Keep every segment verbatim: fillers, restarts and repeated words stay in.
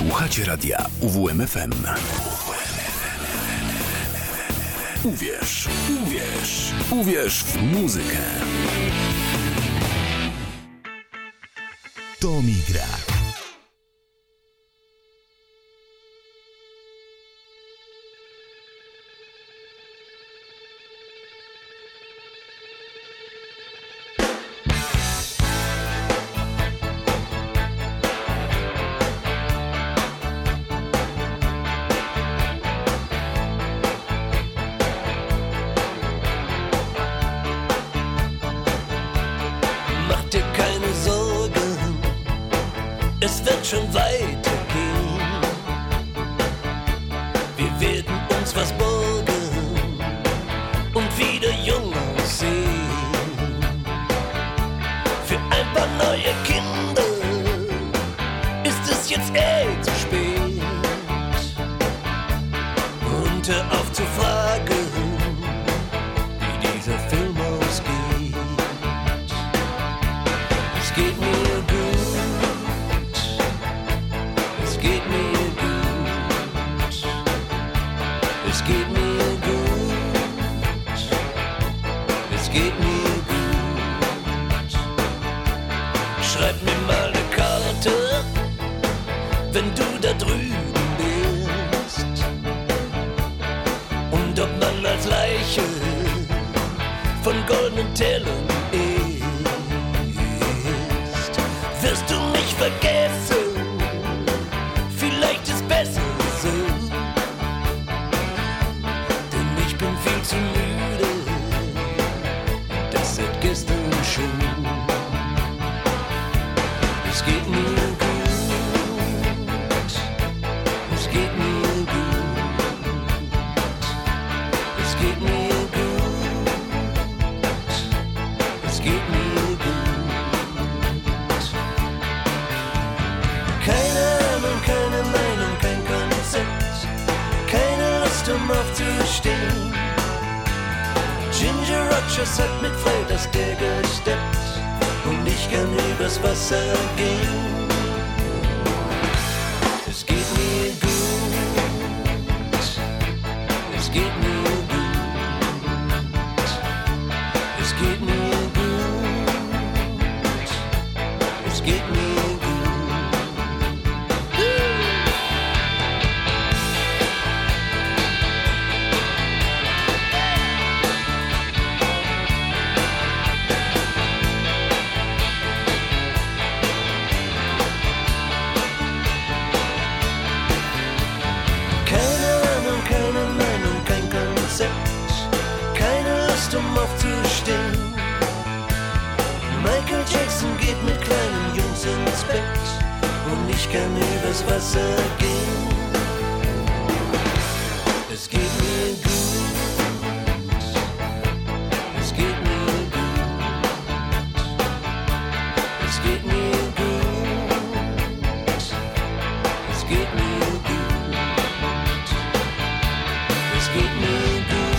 Słuchacie radia U W M F M. Uwierz, uwierz, uwierz w muzykę. To mi gra. Schon weitergehen. Wir werden uns was borgen und wieder jung aussehen. Für ein paar neue Kinder ist es jetzt eh zu spät. Und hör auf zu fragen, wie dieser Film ausgeht. Es geht mir gut. Es geht mir gut, es geht mir gut, es geht mir gut. Schreib mir mal eine Karte, wenn du da drüben bist. Und ob man als Leiche von goldenen Tellern isst, wirst du mich vergessen. Vielleicht ist besser so, denn ich bin viel zu müde, das seit gestern schon. Es geht mir gut, es geht mir gut, es geht mir gut, es geht mir gut. Keine keine Meinung, kein Konzept, keine Lust, um aufzustehen. Ginger Rogers hat mit Fred Astaire gesteppt und ich kann übers Wasser gehen. Es geht mir gut, es geht mir gut, es geht mir gut, es geht mir gut. Um aufzustehen. Michael Jackson geht mit kleinen Jungs ins Bett und ich kann übers Wasser gehen. Es geht mir gut, es geht mir gut, es geht mir gut, es geht mir gut, es geht mir gut.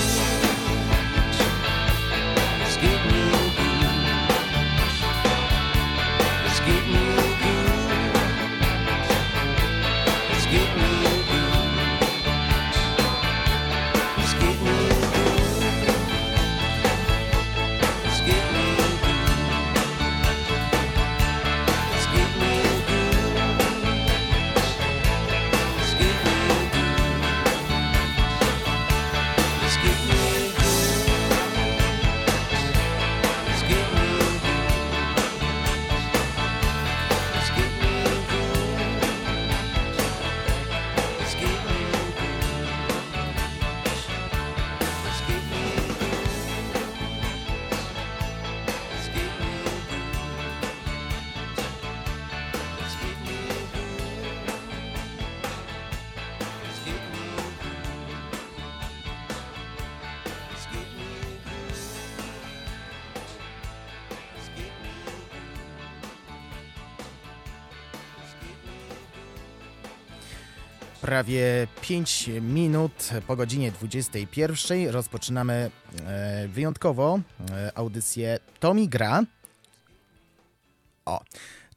Prawie pięć minut po godzinie dwudziestej pierwszej rozpoczynamy e, wyjątkowo e, audycję To mi gra. O,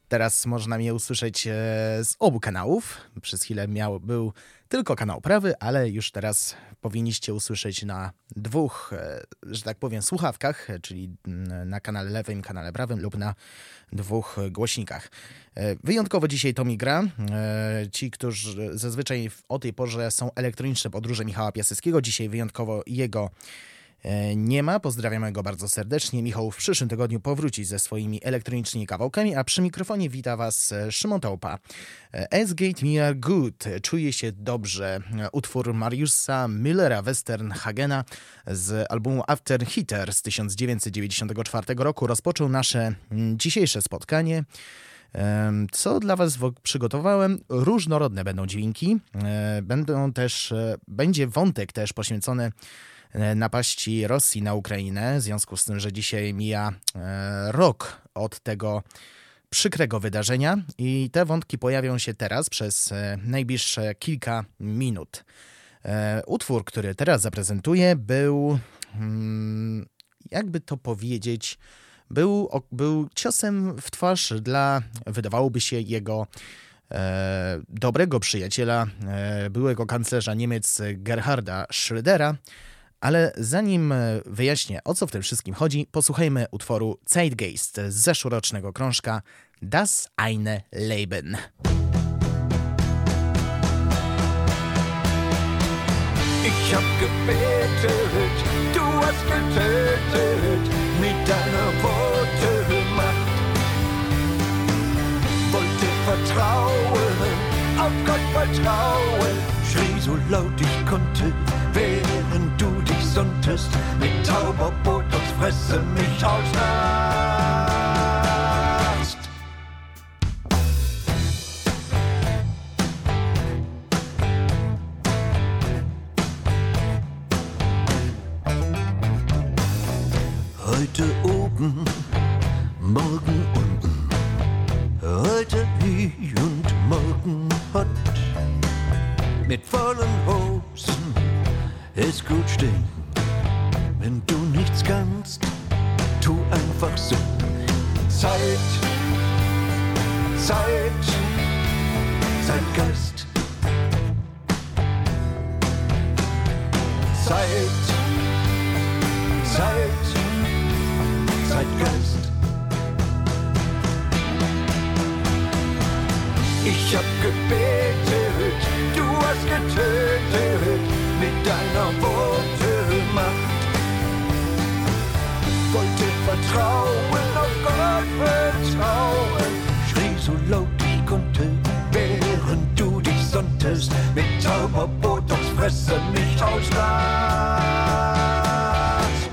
Teraz można mnie usłyszeć z obu kanałów. Przez chwilę miał, był tylko kanał prawy, ale już teraz powinniście usłyszeć na dwóch, że tak powiem, słuchawkach, czyli na kanale lewym, kanale prawym lub na dwóch głośnikach. Wyjątkowo dzisiaj Tomi gra. Ci, którzy zazwyczaj o tej porze są elektroniczne podróże Michała Piaseckiego, dzisiaj wyjątkowo jego nie ma. Pozdrawiamy go bardzo serdecznie. Michał w przyszłym tygodniu powróci ze swoimi elektronicznymi kawałkami, a przy mikrofonie wita Was Szymon Tołpa. As Gate Me Are Good. Czuje się dobrze. Utwór Mariusa Müllera Westernhagena z albumu After Hitter z tysiąc dziewięćset dziewięćdziesiątego czwartego roku rozpoczął nasze dzisiejsze spotkanie. Co dla Was przygotowałem? Różnorodne będą dźwięki. Będą też, będzie wątek też poświęcony napaści Rosji na Ukrainę, w związku z tym, że dzisiaj mija e, rok od tego przykrego wydarzenia i te wątki pojawią się teraz przez e, najbliższe kilka minut. E, utwór, który teraz zaprezentuję, był, hmm, jakby to powiedzieć, był, o, był ciosem w twarz dla, wydawałoby się, jego e, dobrego przyjaciela, e, byłego kanclerza Niemiec Gerharda Schrödera. Ale zanim wyjaśnię, o co w tym wszystkim chodzi, posłuchajmy utworu Zeitgeist z zeszłorocznego krążka Das eine Leben. Ich hab gebetet, du hast getötet, mit deiner Worte Macht. Wollte vertrauen, auf Gott vertrauen, schrie so laut ich konnte, während du dich sonntest, mit tauber Botox-Fresse mich ausnahmst. Heute oben, morgen unten, heute hie und morgen hot. Mit vollen Hosen ist gut stehen. Wenn du nichts kannst, tu einfach so. Zeit, Zeit, Zeitgeist. Zeit, Zeit, Zeitgeist. Ich hab gebetet, du hast getötet, mit deiner Worte Macht. Wollte vertrauen, auf Gott vertrauen, schrie so laut ich konnte, während du dich sonntest, mit tauber Botox-Fresse mich auslachst.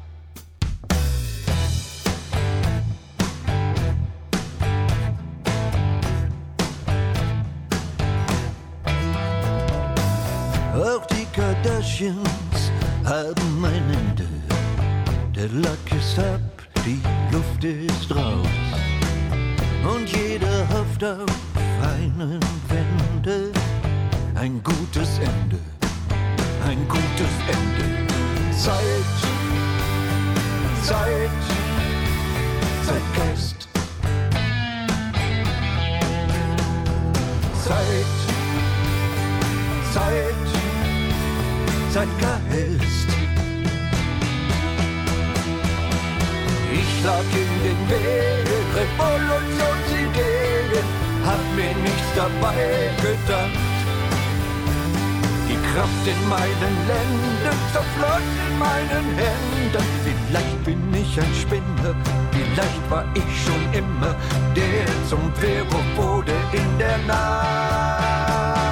Auch die Kardashians haben ein Ende. Der Lack ist ab, die Luft ist raus. Und jeder hofft auf eine Wende. Ein gutes Ende, ein gutes Ende. Zeit, Zeit, Zeitgeist. Zeit, Zeit, Zeitgeist. Ich lag in den Wegen, Revolutionsideen, hab mir nichts dabei gedacht. Die Kraft in meinen Lenden zerfloss in meinen Händen. Vielleicht bin ich ein Spinner, vielleicht war ich schon immer der zum Werwolf wurde in der Nacht.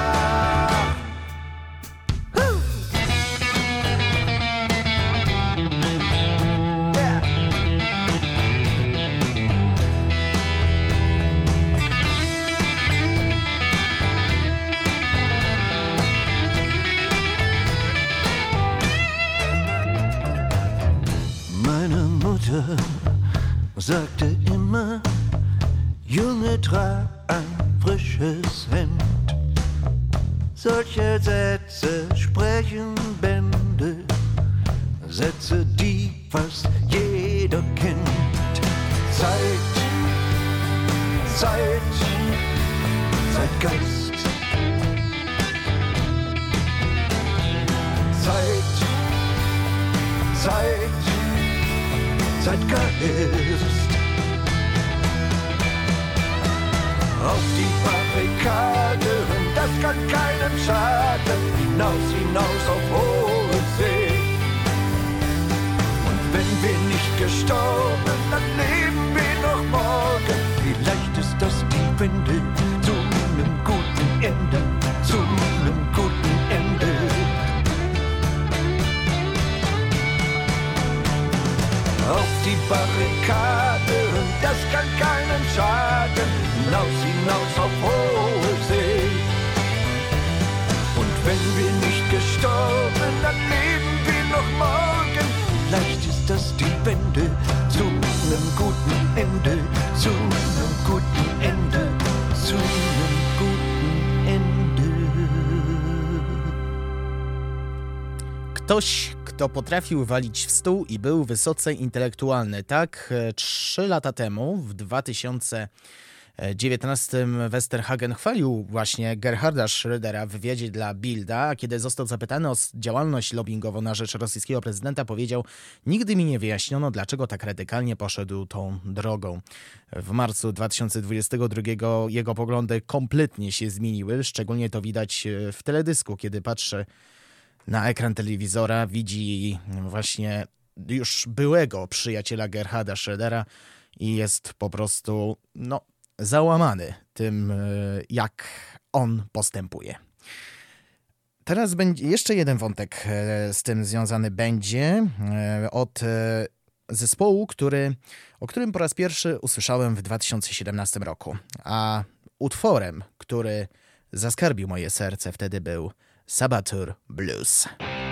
Sagte immer, Junge, trag ein frisches Hemd. Solche Sätze sprechen Bände, Sätze, die fast jeder kennt. Zeit, Zeit, Zeitgeist. Zeit, Zeit, Zeitgeist. Auf die Barrikade, das kann keinem schaden. Hinaus, hinaus auf hohe See. Und wenn wir nicht gestorben, dann leben wir noch morgen. Vielleicht ist das die Wende zu einem guten Ende, zu einem guten Ende. Auf die Barrikade, das kann keinem schaden. Hinaus, hinaus auf hohe See. Und wenn wir nicht gestorben, dann leben wir noch morgen. Vielleicht ist das die Wende zu einem guten Ende, zu einem guten Ende, zu einem guten Ende. Ktoś, kto potrafił walić w stół i był wysoce intelektualny. Tak, trzy lata temu, w dwa tysiące dziewiętnastym, Westerhagen chwalił właśnie Gerharda Schrödera w wywiadzie dla Bilda, a kiedy został zapytany o działalność lobbyingową na rzecz rosyjskiego prezydenta, powiedział: nigdy mi nie wyjaśniono, dlaczego tak radykalnie poszedł tą drogą. W marcu dwa tysiące dwudziestego drugiego jego poglądy kompletnie się zmieniły, szczególnie to widać w teledysku, kiedy patrzy na ekran telewizora, widzi właśnie już byłego przyjaciela Gerharda Schrödera i jest po prostu, no, załamany tym, jak on postępuje. Teraz będzie jeszcze jeden wątek z tym związany będzie od zespołu, który, o którym po raz pierwszy usłyszałem w dwa tysiące siedemnastym roku. A utworem, który zaskarbił moje serce, wtedy był Sabatur Blues.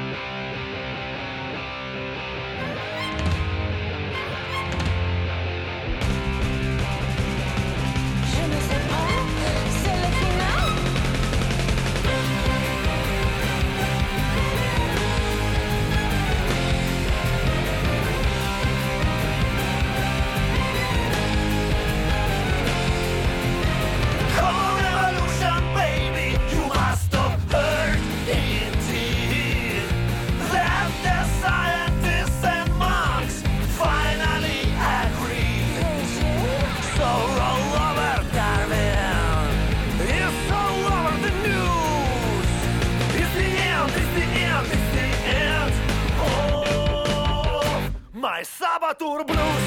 Sabatur Blues.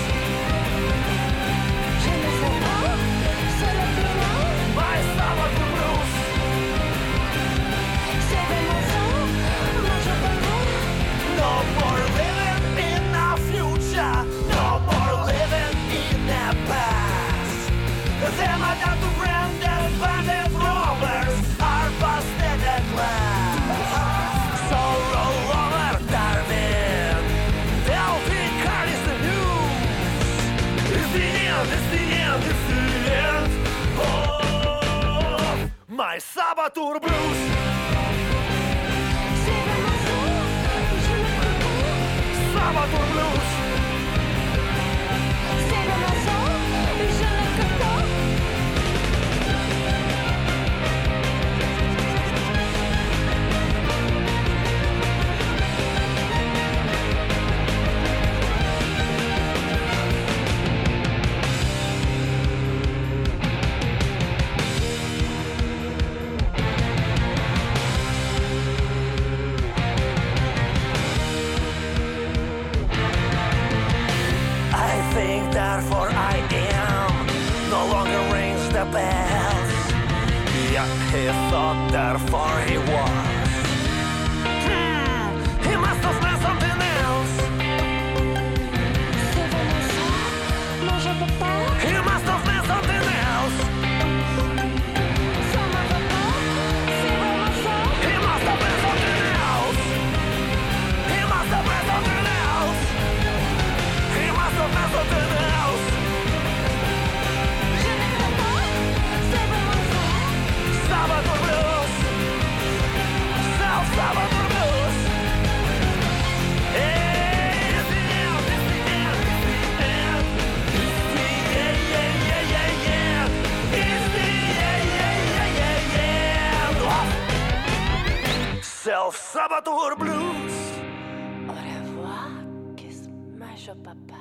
Je ne sais pas, c'est le final. My Sabatur Blues. C'est de mon sang, moi je peux pas. No more living in our future. No more living in the past. Them are not the branded bandit robbers are busted at last. So roll over, Darwin. They'll think is the news. It's the end, it's the end, it's the end. Oh, my Sabatur Blues. C'est de mon sang, je ne peux pas. Sabatur Blues. C'est de mon sang, je ne peux pas. Therefore I am, no longer rings the bells. Yet he thought, therefore he was. Hmm, he must have meant something else. C'est de mon sang, moi je peux pas. He must have meant something else. Ça ne va pas, c'est de mon sang. He must have meant something else. He must have meant something else. He must have meant something else. C'est de mon sang. Sabatur Blues. of Saboteur Blues. Au revoir, kiss my papa.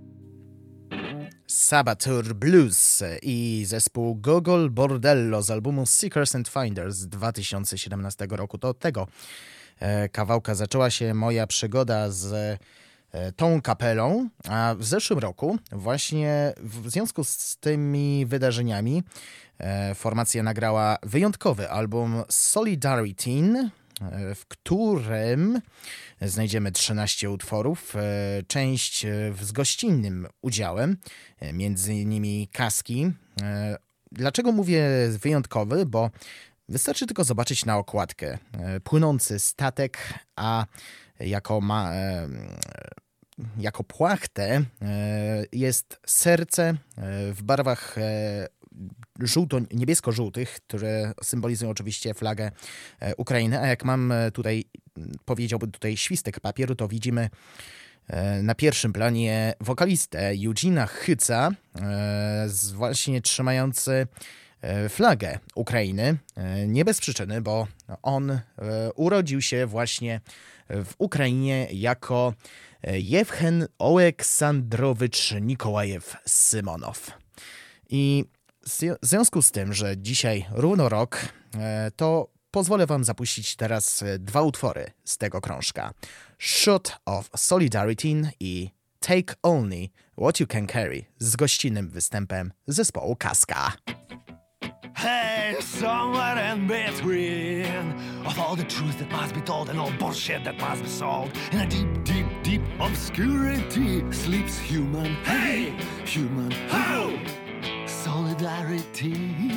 Saboteur Blues i zespół Gogol Bordello z albumu Seekers and Finders z dwa tysiące siedemnastego roku. To od tego kawałka zaczęła się moja przygoda z tą kapelą, a w zeszłym roku właśnie w związku z tymi wydarzeniami formacja nagrała wyjątkowy album Solidarity, w którym znajdziemy trzynaście utworów, część z gościnnym udziałem, między innymi Kaski. Dlaczego mówię wyjątkowy? Bo wystarczy tylko zobaczyć na okładkę. Płynący statek, a jako, ma, jako płachtę jest serce w barwach żółto-niebiesko-żółtych, które symbolizują oczywiście flagę Ukrainy, a jak mam tutaj, powiedziałbym tutaj świstek papieru, to widzimy na pierwszym planie wokalistę Eugena Hyca, właśnie trzymający flagę Ukrainy. Nie bez przyczyny, bo on urodził się właśnie w Ukrainie jako Jewchen Oleksandrowicz Nikołajew Symonow. I w związku z tym, że dzisiaj równo rok, to pozwolę wam zapuścić teraz dwa utwory z tego krążka. Shout of Solidarity i Take Only What You Can Carry z gościnnym występem zespołu Kaska. Hey, somewhere in between of all the truth that must be told and all bullshit that must be solved, in a deep, deep, deep obscurity sleeps human. Hey, human. How? Solidarity.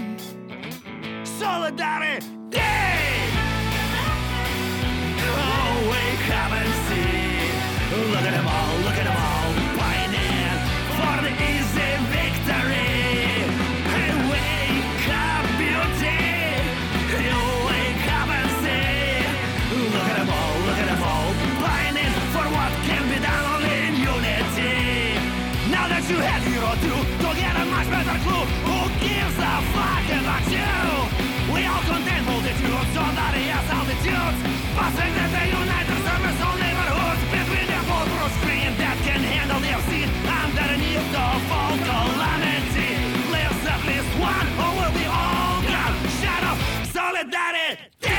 Solidarity. Oh, wake up and see. Look at them all, look at them all, pining for the easy victory. Hey, wake up, beauty. You wake up and see. Look at them all, look at them all, pining for what can be done only in unity. Now that you have hero two, you'll get a much better clue. Who gives a fuck about you? We all contain multitudes, somebody has altitudes. Passing that they unite to service all neighborhoods. Between their bulletproof screen that can handle the obscene. Underneath the full calamity lives at least one who will be all gone. Shadow solidarity.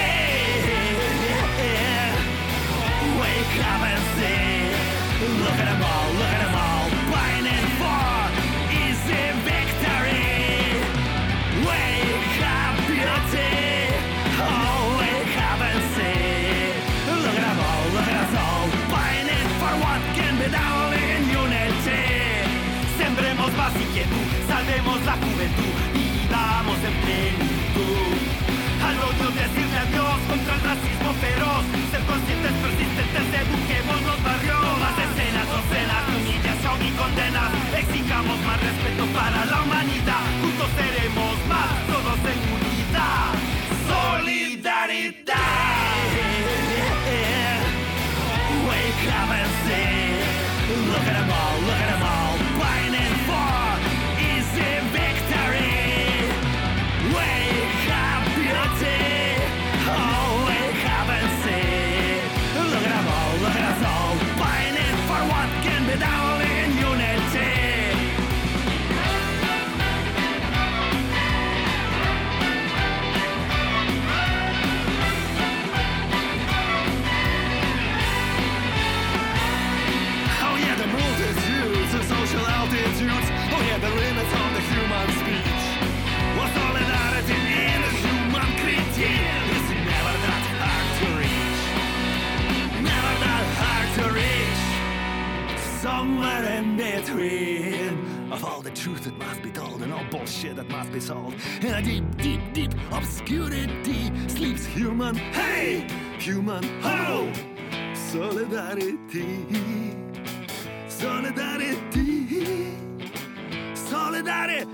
Wake up and see. Look at them all, look at them all, pining for easy victory. Wake up, beauty. Oh, wake up and see. Look at them all, look at us all, pining for what can be done only in unity. Sembremos paz y quietud, salvemos la juventud y damos en plenitud. Al odio decirle adiós contra el racismo feroz. Ser conscientes, persistentes, eduquemos los barrios. Más escenas, docenas de humillación y condenas. Exijamos más respeto para la humanidad. Juntos seremos más, todos en unidad. Solidaridad. Wake up and see. Look at them all, look at them all, pining for easy victory. Wake up, beauty. Oh, wake up and see. Look at them all, look at us all, pining for what can be done only in unity. Oh yeah, the multitudes, the social altitudes. Oh yeah, the limits of the human speech. Was solidarity in the human critique? It's never that hard to reach. Never that hard to reach. Somewhere in between of all the truth that must be told and all bullshit that must be solved, in a deep, deep, deep obscurity sleeps human. Hey, human. Ho! Solidarity. Solidarity. Solidarity.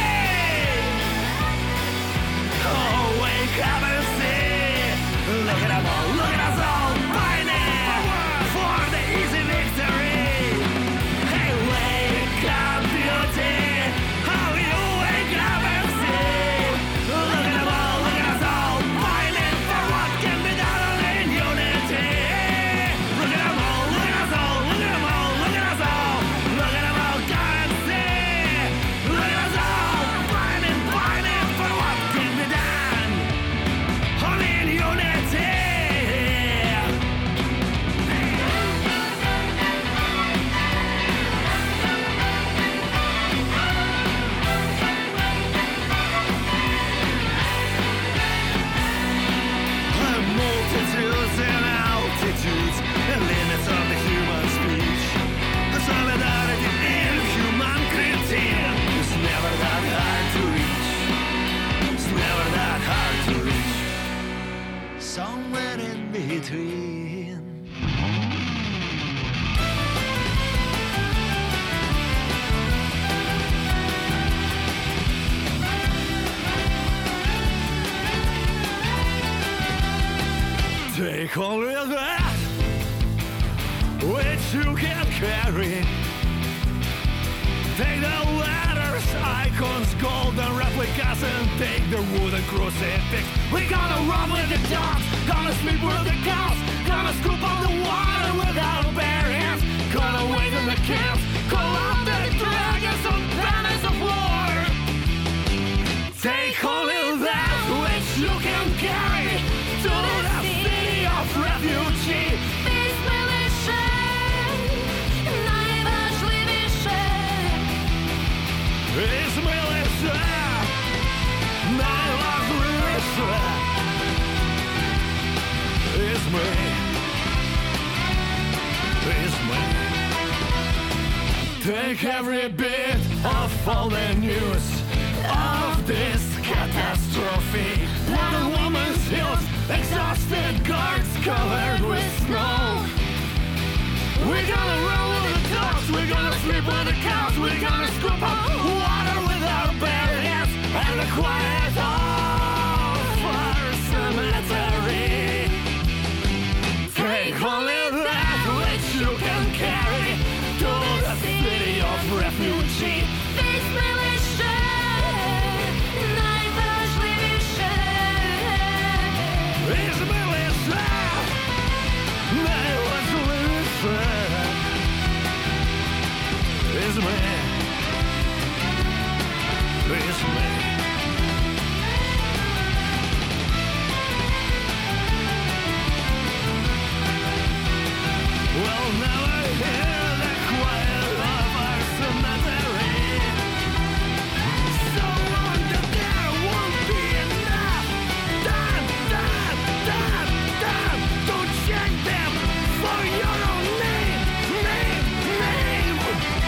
Oh, wake up and see. Look at them all, look at us all, pining for the easy victory. Hey, wake up, beauty. Oh, you wake up and see. Look at them all, look at us all, pining for what can be done only in unity. Take only that which you can carry. Take the letters, icons, golden replicas, and take the wooden crucifix. We gonna run with the dogs, gonna sleep with the cows, gonna scoop up the water with our bare hands, gonna wait in the camps, call out the dragons on banners of war. Take only that which you can carry to the city of refugee. It's militia, najważniejsze. It's me, it's me. Take every bit of all the news of this catastrophe. One woman's heels, exhausted guards covered with snow. We're gonna run with the dogs, we're gonna sleep with the cows, we're gonna scoop up water with our bare hands and the quiet of our cemetery. Take only that which you can carry to the city of refugee. This militia, najważniejsze. This militia, najważniejsze. It's me, it's me. We'll never hear the quiet of our cemetery. So long that there won't be enough time, time, time, time to check them for your own name, name, name.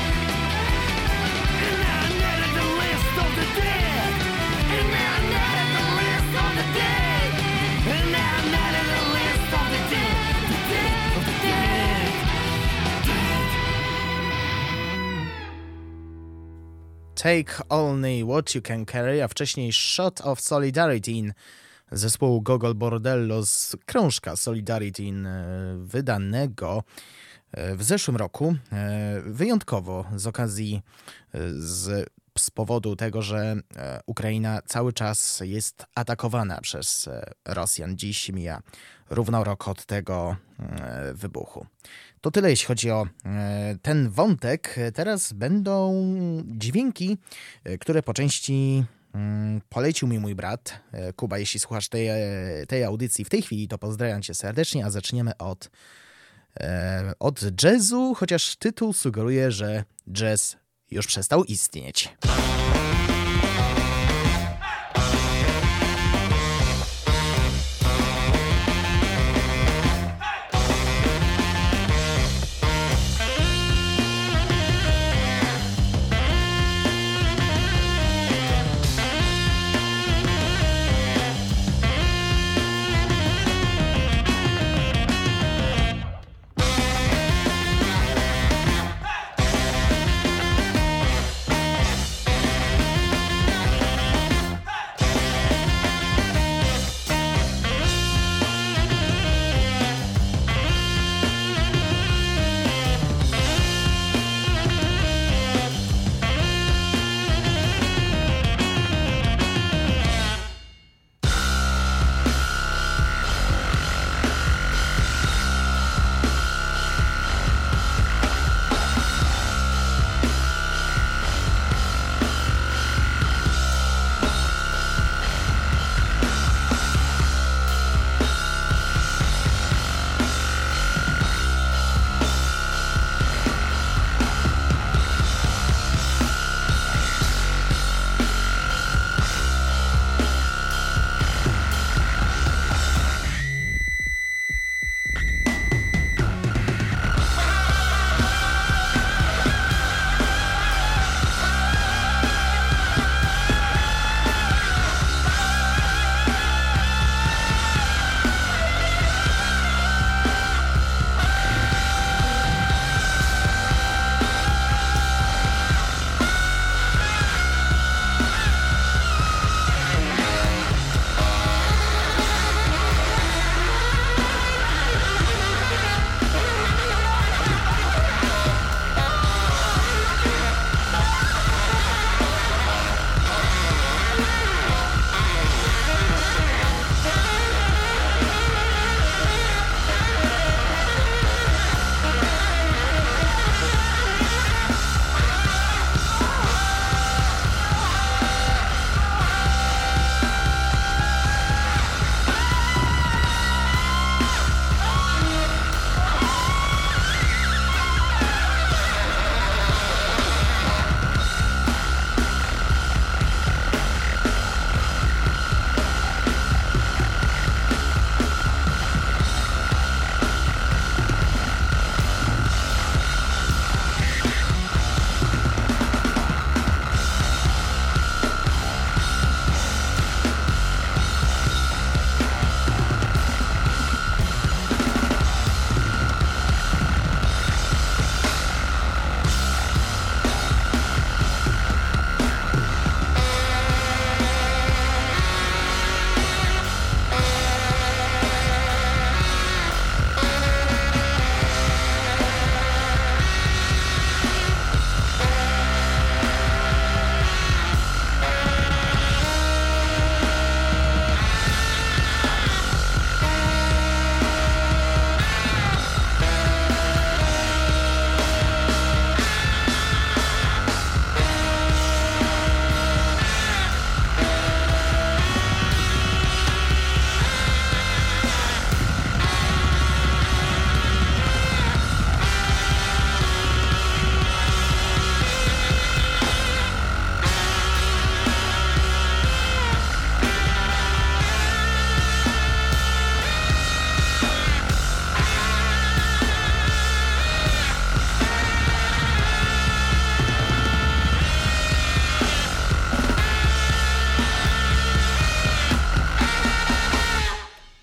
And I netted the list of the dead. And I netted the list of the dead. And I netted the list of the dead, the dead, of the dead. Take Only What You Can Carry, a wcześniej Shot of Solidarity in zespołu Gogol Bordello z krążka Solidarity in e, wydanego e, w zeszłym roku, e, wyjątkowo z okazji e, z, z powodu tego, że e, Ukraina cały czas jest atakowana przez e, Rosjan. Dziś mija równo rok od tego e, wybuchu. To tyle, jeśli chodzi o e, ten wątek. Teraz będą dźwięki, e, które po części mm, polecił mi mój brat. E, Kuba, jeśli słuchasz tej, e, tej audycji w tej chwili, to pozdrawiam cię serdecznie, a zaczniemy od, e, od jazzu, chociaż tytuł sugeruje, że jazz już przestał istnieć. Hey!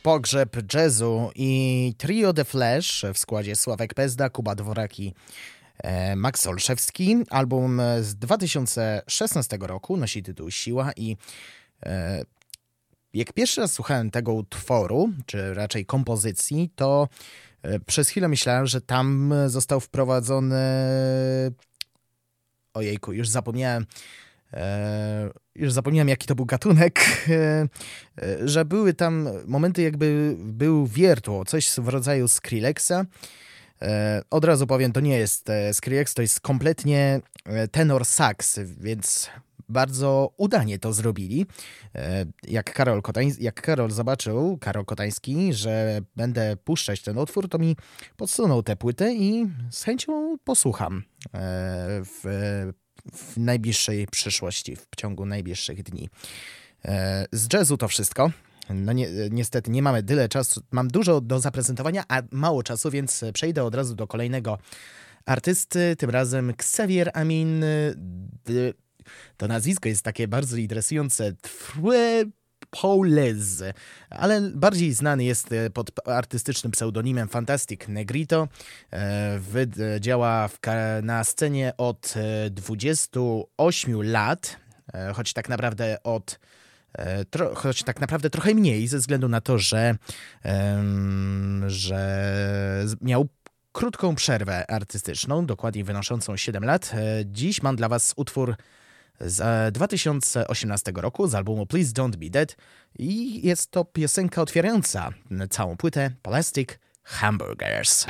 pogrzeb jazzu i trio The Flash w składzie Sławek Pezda, Kuba Dworak i e, Max Olszewski. Album z dwa tysiące szesnastego roku nosi tytuł Siła i e, jak pierwszy raz słuchałem tego utworu, czy raczej kompozycji, to e, przez chwilę myślałem, że tam został wprowadzony... Ojejku, już zapomniałem... E, już zapomniałem, jaki to był gatunek, e, e, że były tam momenty, jakby był wiertło, coś w rodzaju Skrillexa. E, od razu powiem, to nie jest e, Skrillex, to jest kompletnie e, tenor sax, więc bardzo udanie to zrobili. E, jak, Karol Kotań, jak Karol zobaczył, Karol Kotański, że będę puszczać ten utwór, to mi podsunął tę płytę i z chęcią posłucham e, w w najbliższej przyszłości, w ciągu najbliższych dni. Z jazzu to wszystko. No ni- niestety nie mamy tyle czasu, mam dużo do zaprezentowania, a mało czasu, więc przejdę od razu do kolejnego artysty, tym razem Xavier Amin. To nazwisko jest takie bardzo interesujące. Paulez, ale bardziej znany jest pod artystycznym pseudonimem Fantastic Negrito. Działa w, na scenie od dwudziestu ośmiu lat, choć tak naprawdę od tro, choć tak naprawdę trochę mniej, ze względu na to, że, że miał krótką przerwę artystyczną, dokładnie wynoszącą siedem lat. Dziś mam dla was utwór z dwa tysiące osiemnastego roku z albumu Please Don't Be Dead i jest to piosenka otwierająca całą płytę Plastic Hamburgers.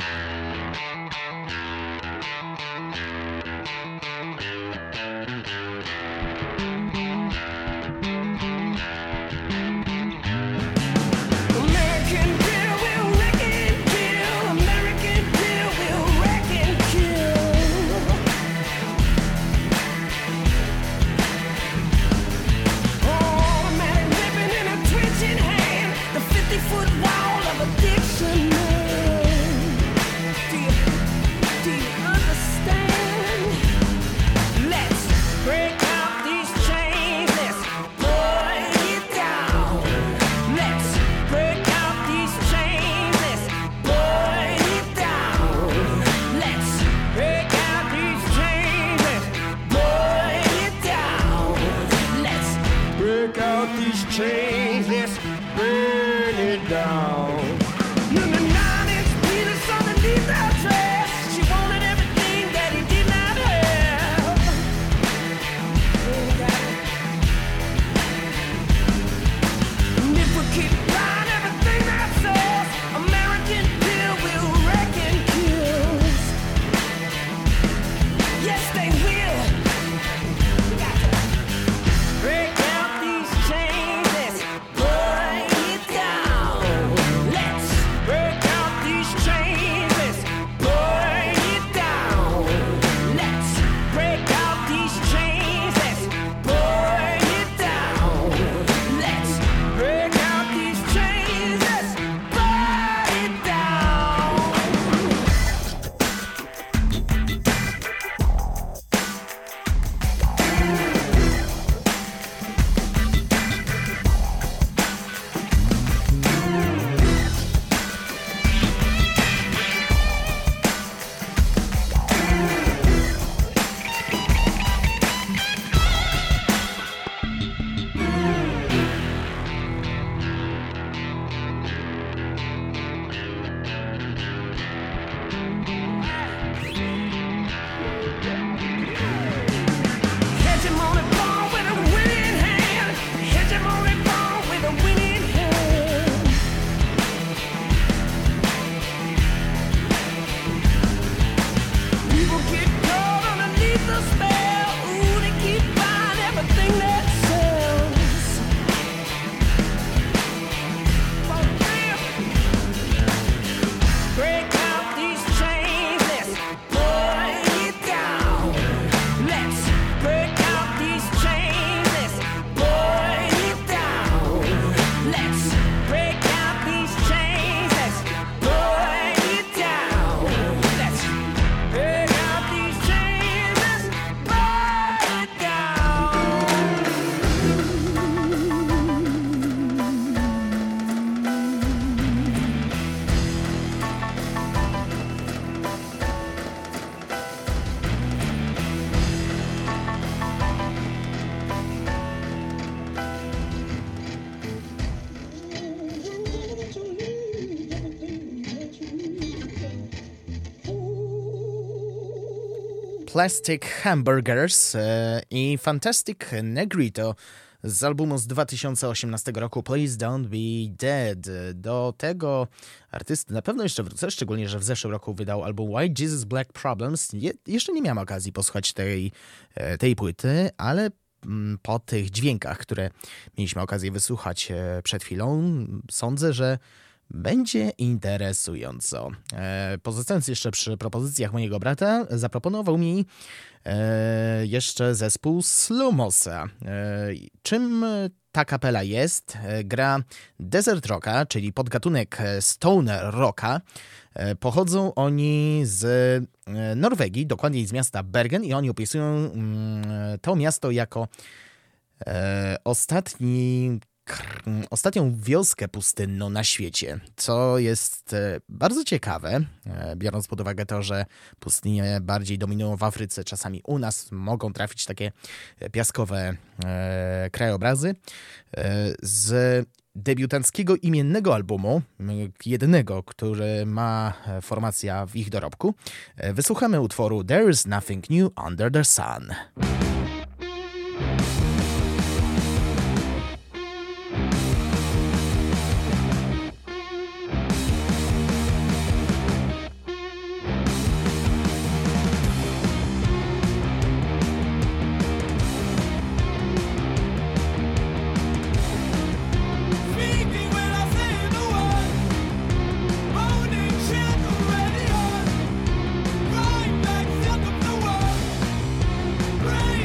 Break out these chains, let's boy it down. Plastic Hamburgers i Fantastic Negrito z albumu z dwa tysiące osiemnastego roku Please Don't Be Dead. Do tego artysty na pewno jeszcze wrócę, szczególnie, że w zeszłym roku wydał album White Jesus Black Problems. Je, jeszcze nie miałem okazji posłuchać tej, tej płyty, ale po tych dźwiękach, które mieliśmy okazję wysłuchać przed chwilą, sądzę, że będzie interesująco. Pozostając jeszcze przy propozycjach mojego brata, zaproponował mi jeszcze zespół Slumosa. Czym ta kapela jest? Gra desert rocka, czyli podgatunek stoner rocka. Pochodzą oni z Norwegii, dokładniej z miasta Bergen, i oni opisują to miasto jako ostatni ostatnią wioskę pustynną na świecie, co jest bardzo ciekawe, biorąc pod uwagę to, że pustynie bardziej dominują w Afryce, czasami u nas mogą trafić takie piaskowe e, krajobrazy. E, z debiutanckiego imiennego albumu, jedynego, który ma formacja w ich dorobku, wysłuchamy utworu There is Nothing New Under the Sun. Rain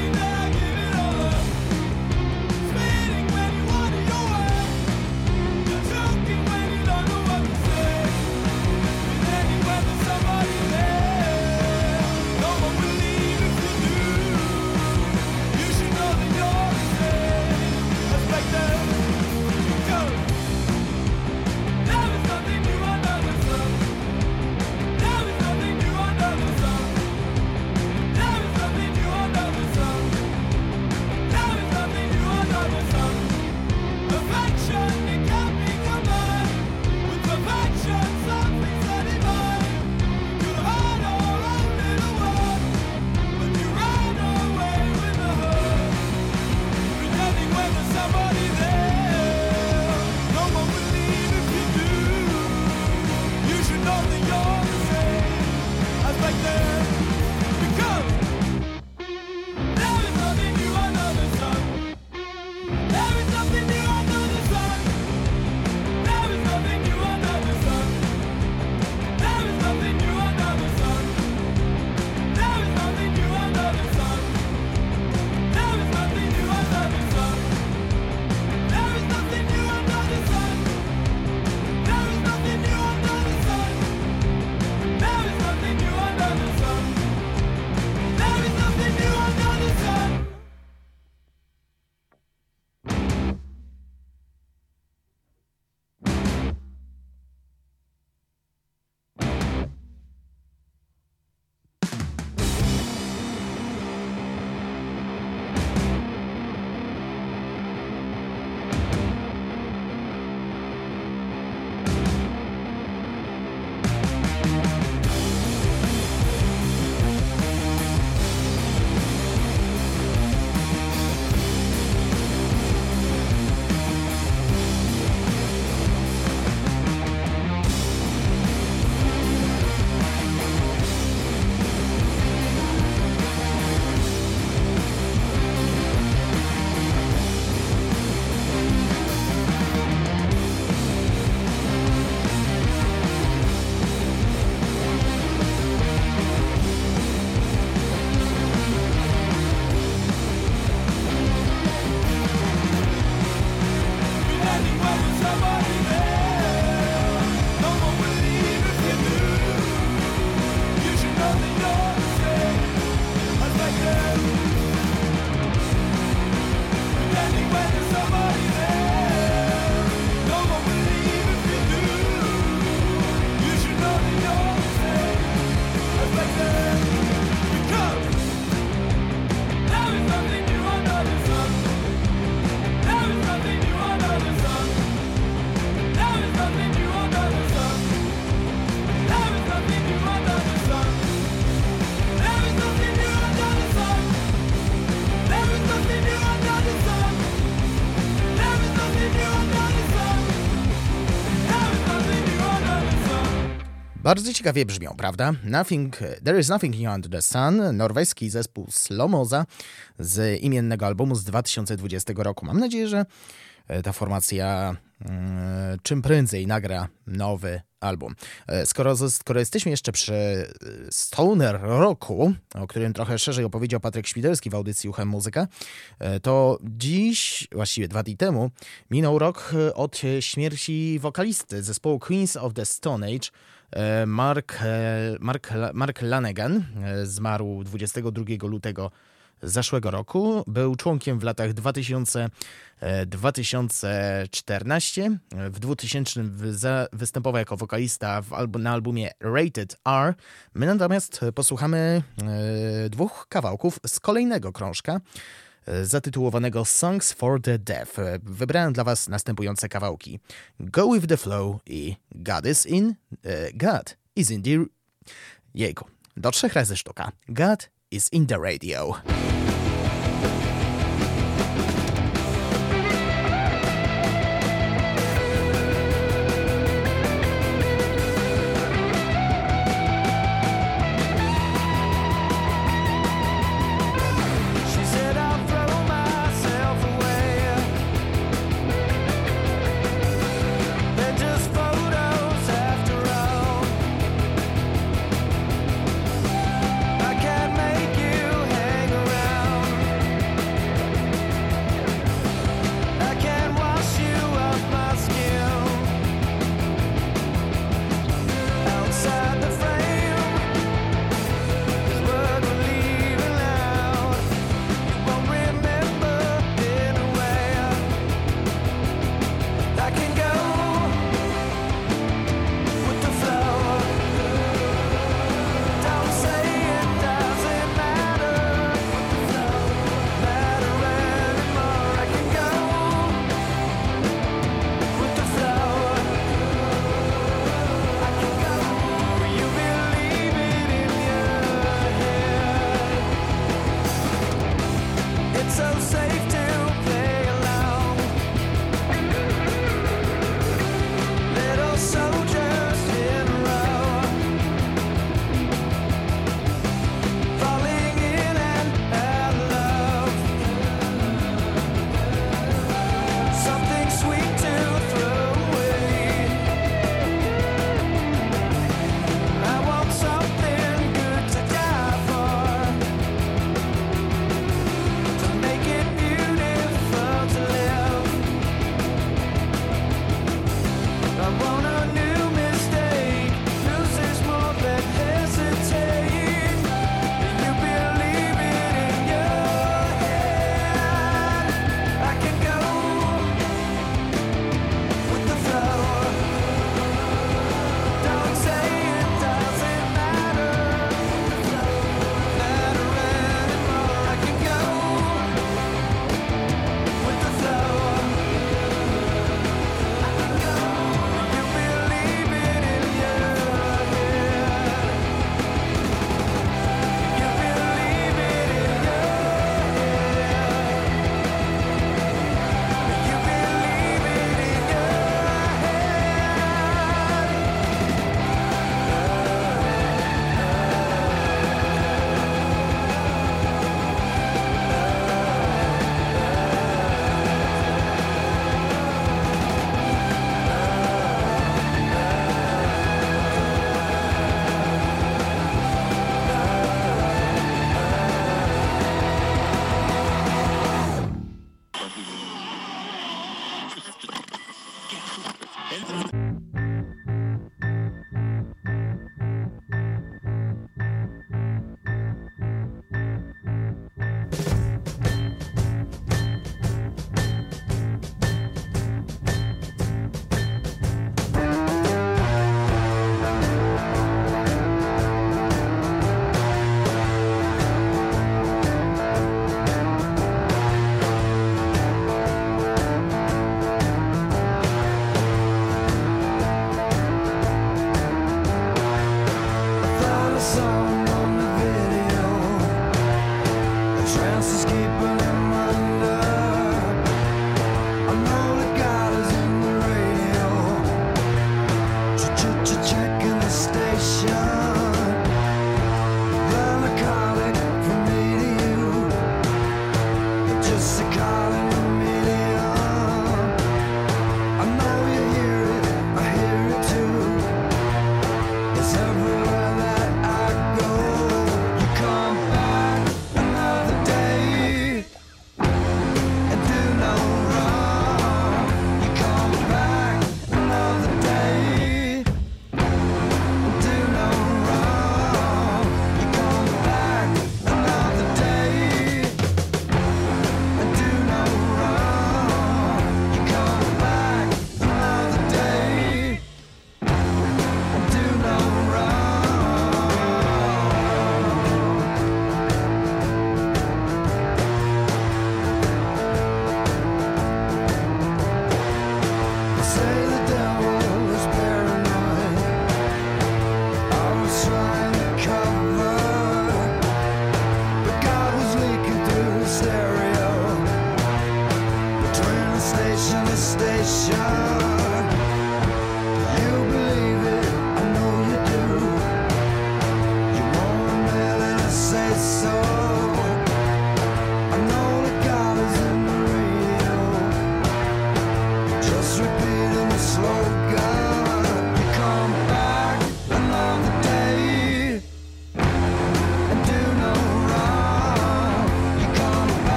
Bardzo ciekawie brzmią, prawda? Nothing, There is Nothing Beyond the Sun, norweski zespół Slomoza z imiennego albumu z dwa tysiące dwudziestego roku. Mam nadzieję, że ta formacja e, czym prędzej nagra nowy album. E, skoro, skoro jesteśmy jeszcze przy stoner rocku, o którym trochę szerzej opowiedział Patryk Świderski w audycji Uchem Muzyka, e, to dziś, właściwie dwa dni temu, minął rok od śmierci wokalisty zespołu Queens of the Stone Age. Mark, Mark, Mark Lanegan zmarł dwudziestego drugiego lutego zeszłego roku. Był członkiem w latach dwa tysiące do dwa tysiące czternastego. W dwutysięcznym występował jako wokalista w albu- na albumie Rated R. My natomiast posłuchamy dwóch kawałków z kolejnego krążka zatytułowanego Songs for the Deaf. Wybrałem dla was następujące kawałki: Go with the Flow i God is in... God is in the... Jejku, do trzech razy sztuka. God is in the radio.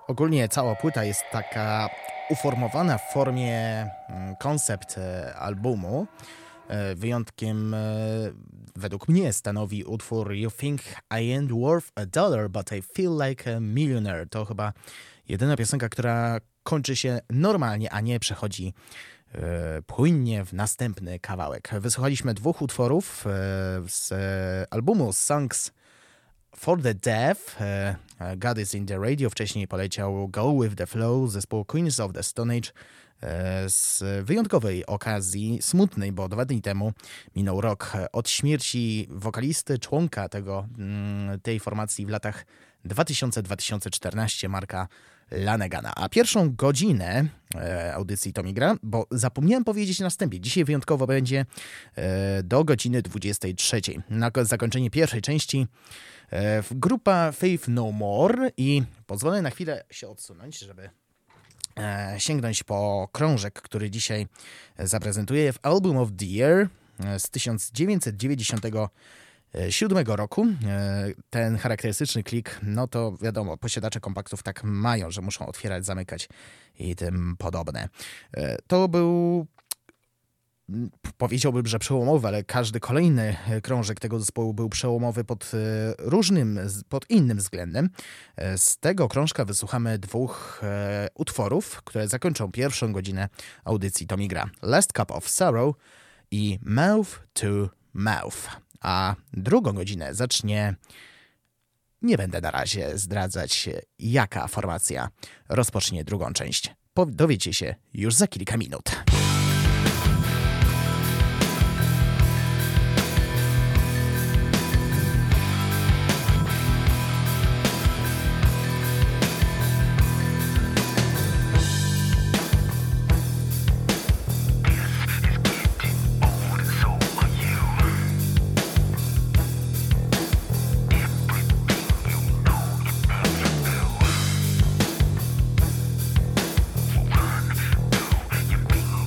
Ogólnie cała płyta jest taka uformowana w formie koncept albumu. Wyjątkiem według mnie stanowi utwór You Think I Ain't Worth a Dollar, but I Feel Like a Millionaire. To chyba jedyna piosenka, która kończy się normalnie, a nie przechodzi e, płynnie w następny kawałek. Wysłuchaliśmy dwóch utworów e, z e, albumu Songs for the Deaf. E, God is in the Radio. Wcześniej poleciał Go With The Flow, zespół Queens of the Stone Age. Z wyjątkowej okazji, smutnej, bo dwa dni temu minął rok od śmierci wokalisty, członka tego, tej formacji w latach dwa tysiące do dwa tysiące czternastego, Marka Lanegana. A pierwszą godzinę audycji To Mi Gra, bo zapomniałem powiedzieć na wstępie, dzisiaj wyjątkowo będzie do godziny dwudziestej trzeciej. Na zakończenie pierwszej części grupa Faith No More i pozwolę na chwilę się odsunąć, żeby sięgnąć po krążek, który dzisiaj zaprezentuję w Album of the Year z tysiąc dziewięćset dziewięćdziesiątego siódmego roku. Ten charakterystyczny klik, no to wiadomo, posiadacze kompaktów tak mają, że muszą otwierać, zamykać i tym podobne. To był, powiedziałbym, że przełomowy, ale każdy kolejny krążek tego zespołu był przełomowy pod różnym, pod innym względem. Z tego krążka wysłuchamy dwóch e, utworów, które zakończą pierwszą godzinę audycji To Mi Gra. Last Cup of Sorrow i Mouth to Mouth. A drugą godzinę zacznie, nie będę na razie zdradzać, jaka formacja rozpocznie drugą część. Dowiecie się już za kilka minut. Run through your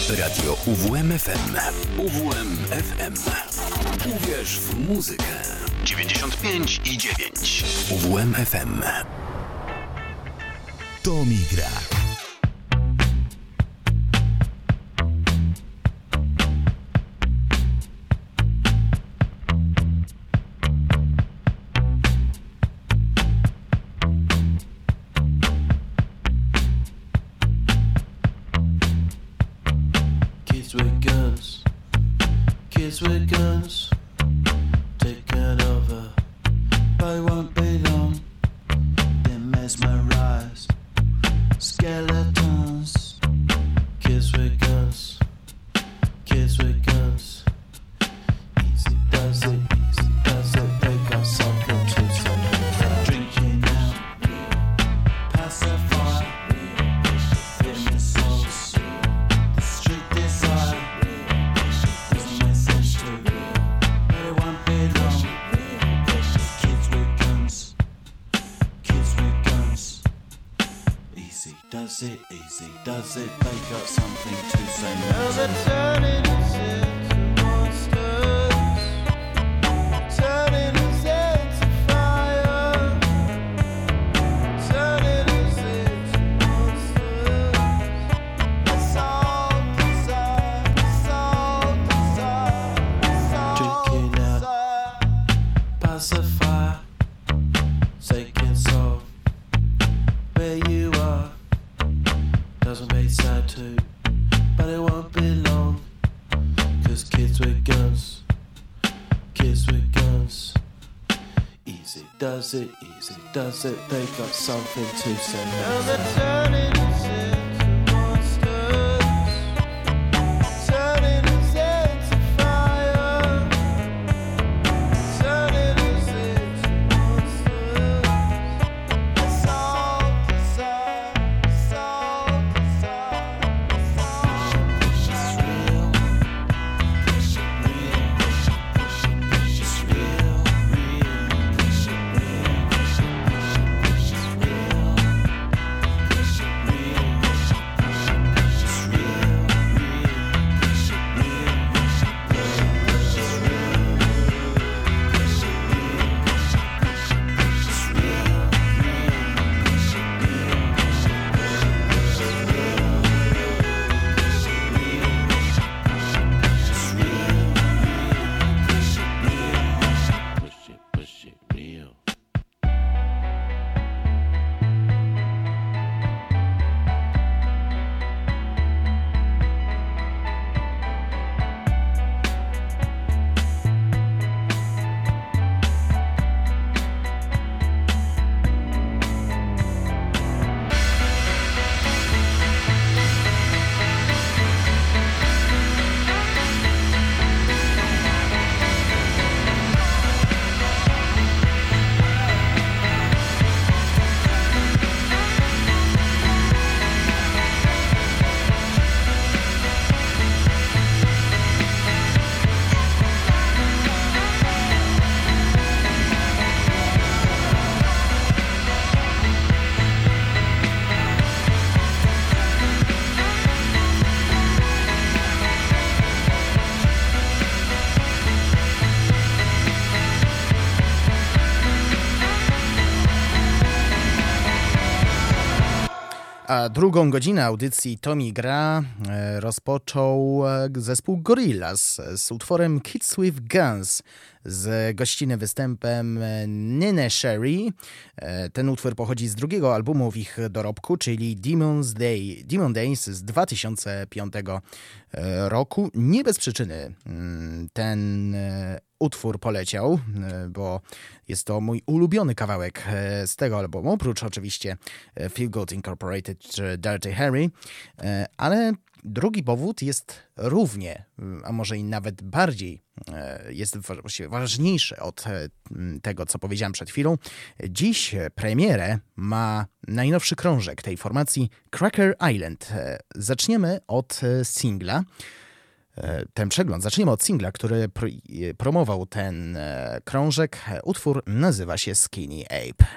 Radio U W M F M. U W M F M. Uwierz w muzykę. dziewięćdziesiąt pięć i dziewięć. U W M F M. To mi gra. Kids with guns, taken over, but it won't be long. They're mesmerized, skeletons. Kids with guns, kids with guns. Easy does it, easy does it. They got something to say. Drinking out, pacify, feeling souls, the street desire. Does it easy, does it? They got something to say. Now they're turning us into monsters, turning us into fire, turning us into monsters. It's all desire, it's all desire, it's all drinking out, pacify, taking soul where you are. Doesn't make sad too, but it won't be long. Cause kids with guns, kids with guns. Easy does it, easy does it. They got something to say. Now they're turning us into monsters, turning us into fire, turning us into monsters. It's all desire, it's all. A drugą godzinę audycji To mi gra e, rozpoczął e, zespół Gorillaz z utworem Kids with Guns z gościnnym występem Neneh Cherry. E, ten utwór pochodzi z drugiego albumu w ich dorobku, czyli Demon's Day, Demon Days z dwa tysiące piątego roku. Nie bez przyczyny ten utwór poleciał, bo jest to mój ulubiony kawałek z tego albumu, oprócz oczywiście Feel Good Incorporated czy Dirty Harry, ale drugi powód jest równie, a może i nawet bardziej, jest właściwie ważniejszy od tego, co powiedziałem przed chwilą. Dziś premierę ma najnowszy krążek tej formacji, Cracker Island. Zaczniemy od singla. Ten przegląd, zaczniemy od singla, który pr- promował ten krążek. Utwór nazywa się Skinny Ape.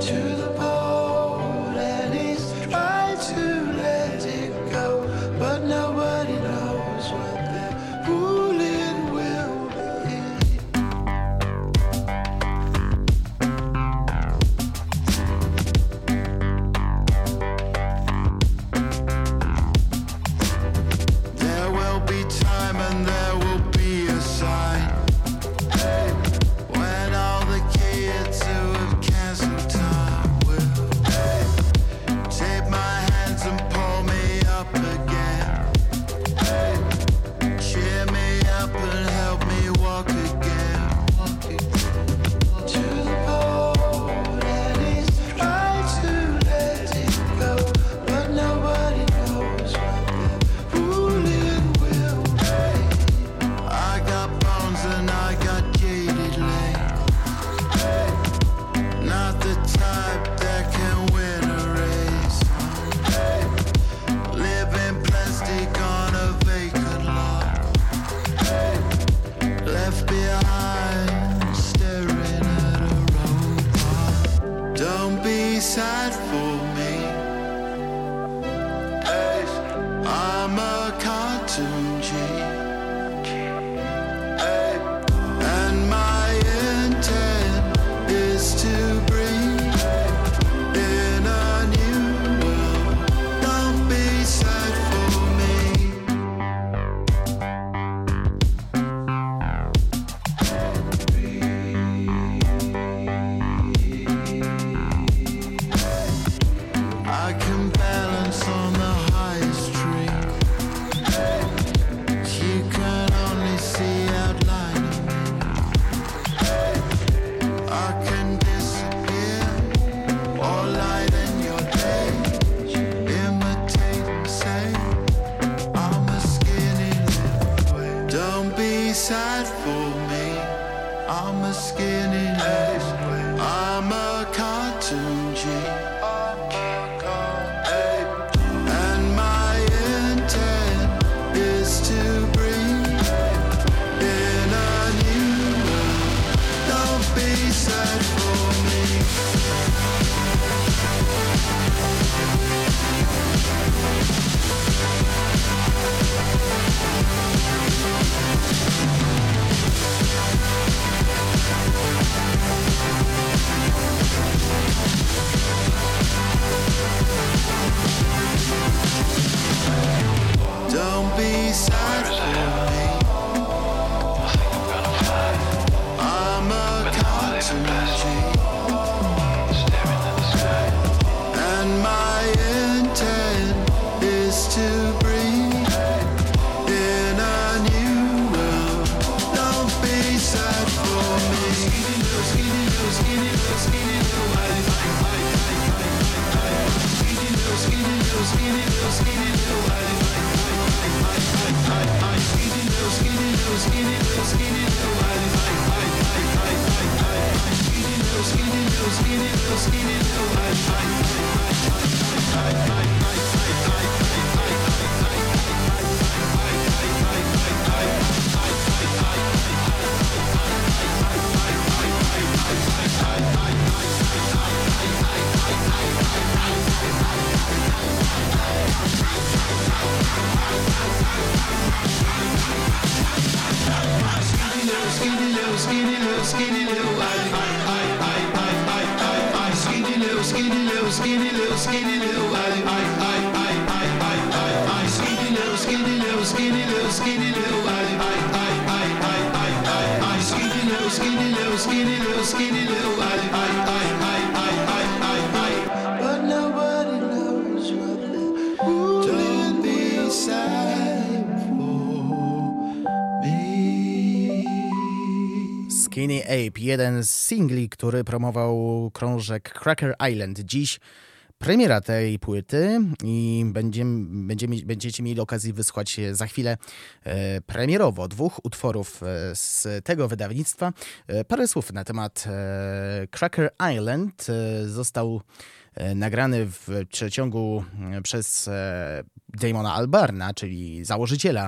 Skinny Ape, jeden z singli, który promował krążek Cracker Island. Dziś premiera tej płyty i będziemy, będziemy, będziecie mieli okazję wysłuchać za chwilę e, premierowo dwóch utworów e, z tego wydawnictwa. E, parę słów na temat e, Cracker Island. E, został e, nagrany w przeciągu e, przez e, Damona Albarna, czyli założyciela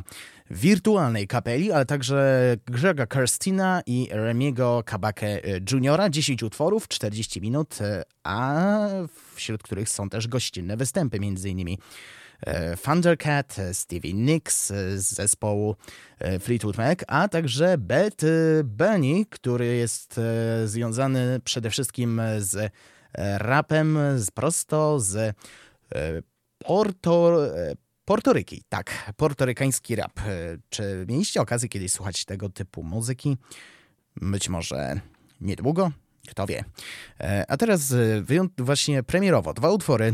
wirtualnej kapeli, ale także Grega Kirstina i Remiego Kabake juniora dziesięć utworów, czterdzieści minut, a wśród których są też gościnne występy, m.in. Thundercat, Stevie Nicks z zespołu Fleetwood Mac, a także Bad Bunny, który jest związany przede wszystkim z rapem z prosto z Porto, Portoryki. Tak, portorykański rap. Czy mieliście okazję kiedyś słuchać tego typu muzyki? Być może niedługo. Kto wie. A teraz właśnie premierowo dwa utwory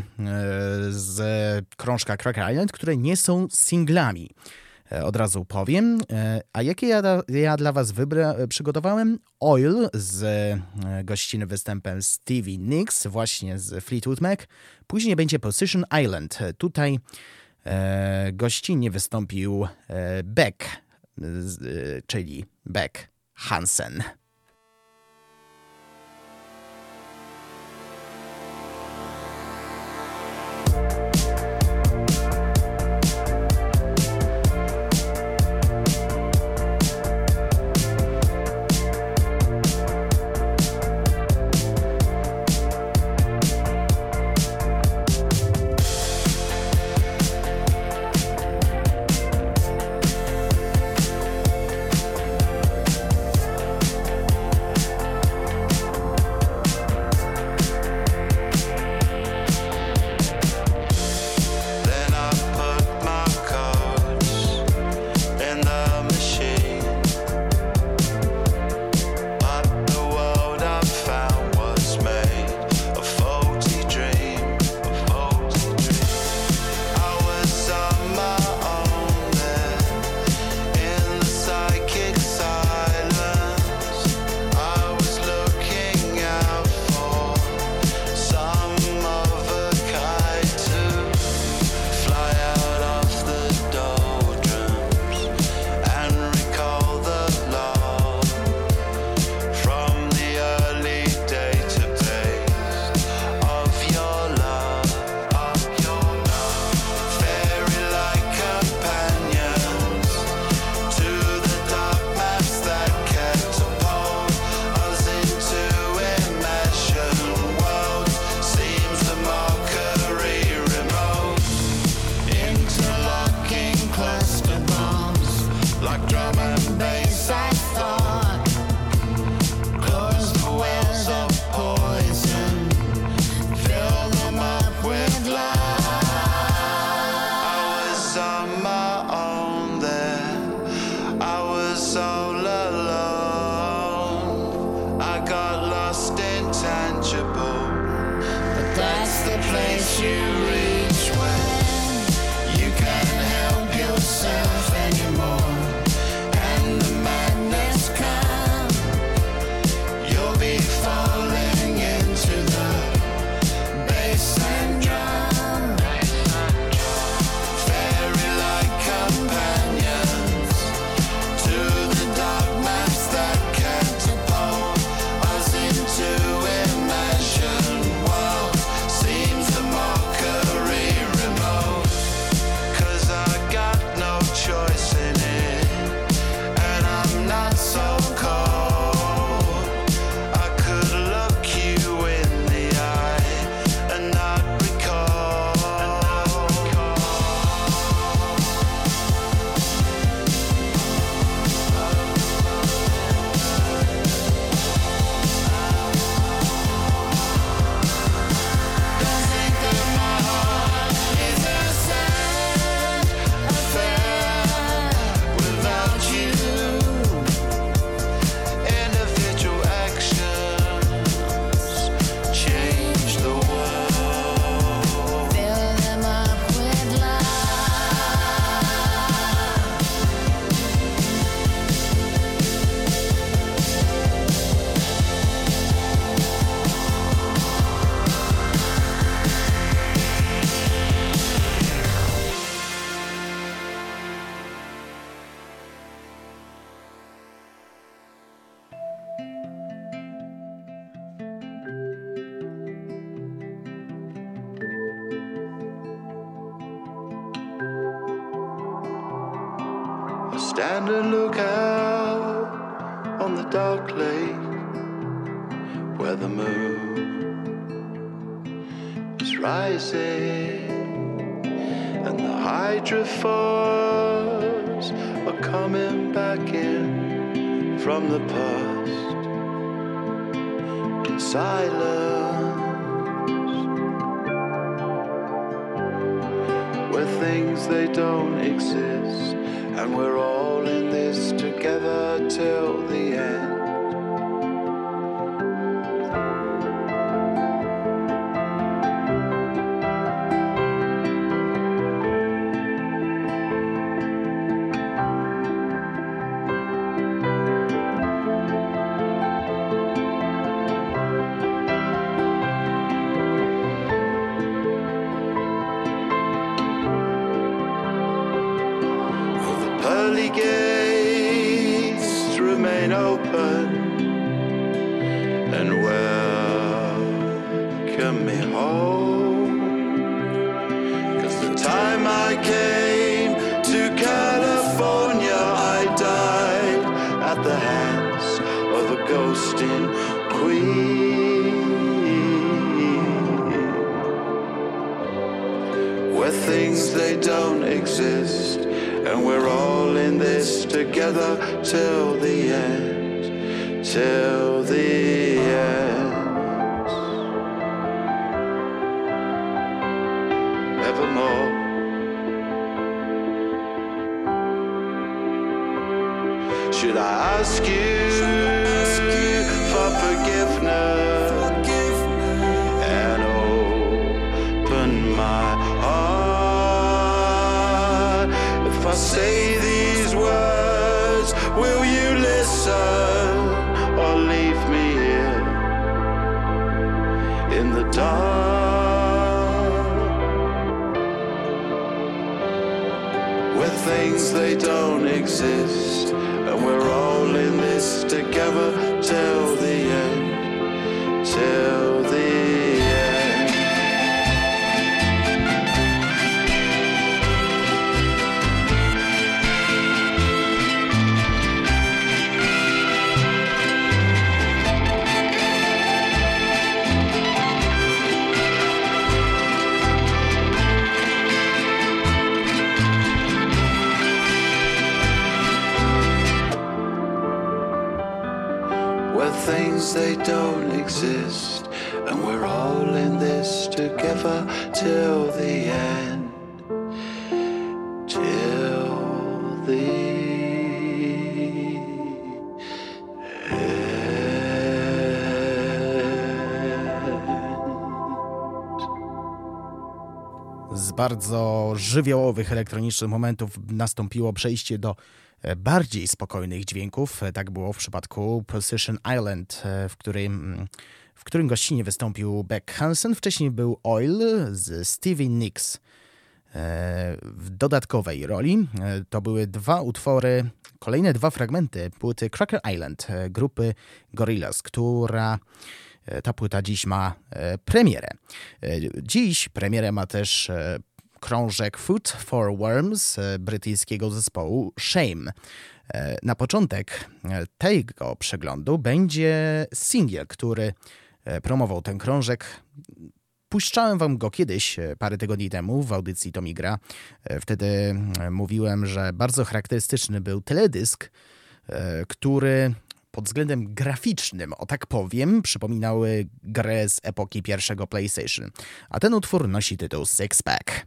z krążka Cracker Island, które nie są singlami. Od razu powiem. A jakie ja, ja dla was wybra- przygotowałem? Oil z gościnnym występem Stevie Nicks, właśnie z Fleetwood Mac. Później będzie Position Island. Tutaj e, gościnnie wystąpił e, Beck, z, e, czyli Beck Hansen. Into imagine world seems a mockery. stand and look out on the dark lake where the moon is rising and the hydrophores are coming back in from the past in silence, where things they don't exist, and we're all in this together till the end. Gates remain open and welcome me home, 'cause the time I came to California I died at the hands of a ghosting queen, where things they don't exist, and we're all in this together till the end, till the end, evermore. Should I ask you, ask you for forgiveness, forgiveness and open my heart? If I say these words, will you listen or leave me here in the dark, where things they don't exist, and we're all in this together till the end, till the end. Things they don't exist, and we're all in this together till the end, till the end. Z bardzo żywiołowych elektronicznych momentów nastąpiło przejście do bardziej spokojnych dźwięków. Tak było w przypadku Position Island, w którym, w którym gościnnie wystąpił Beck Hansen. Wcześniej był Oil z Stevie Nicks w dodatkowej roli. To były dwa utwory, kolejne dwa fragmenty płyty Cracker Island grupy Gorillaz, która ta płyta dziś ma premierę. Dziś premierę ma też krążek Food for Worms brytyjskiego zespołu Shame. Na początek tego przeglądu będzie singiel, który promował ten krążek. Puszczałem wam go kiedyś, parę tygodni temu w audycji To Mi Gra. Wtedy mówiłem, że bardzo charakterystyczny był teledysk, który pod względem graficznym, o tak powiem, przypominały grę z epoki pierwszego PlayStation. A ten utwór nosi tytuł Six Pack.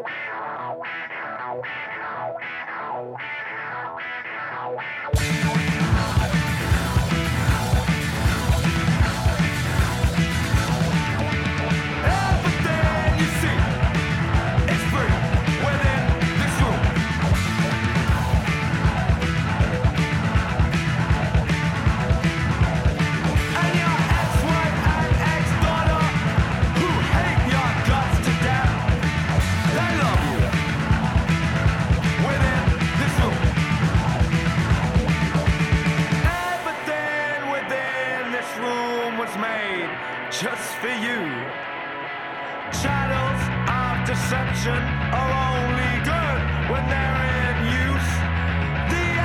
Just for you. Shadows of deception are only good when they're in use. The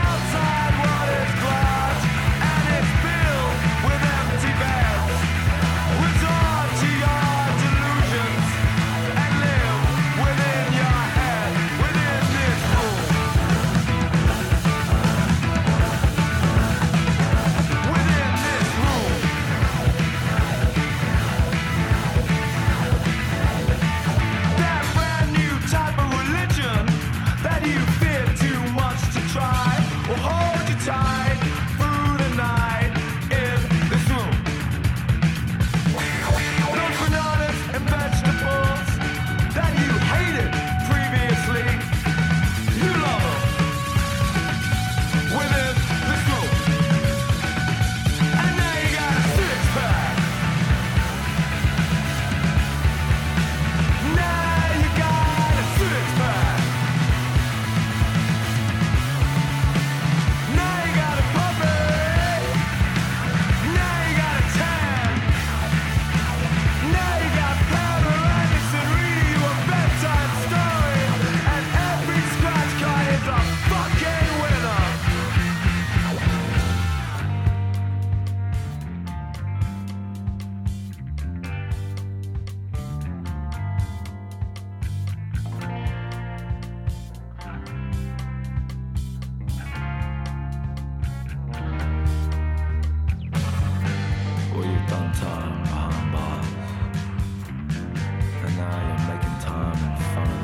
time behind bars, and now you're making time in fun.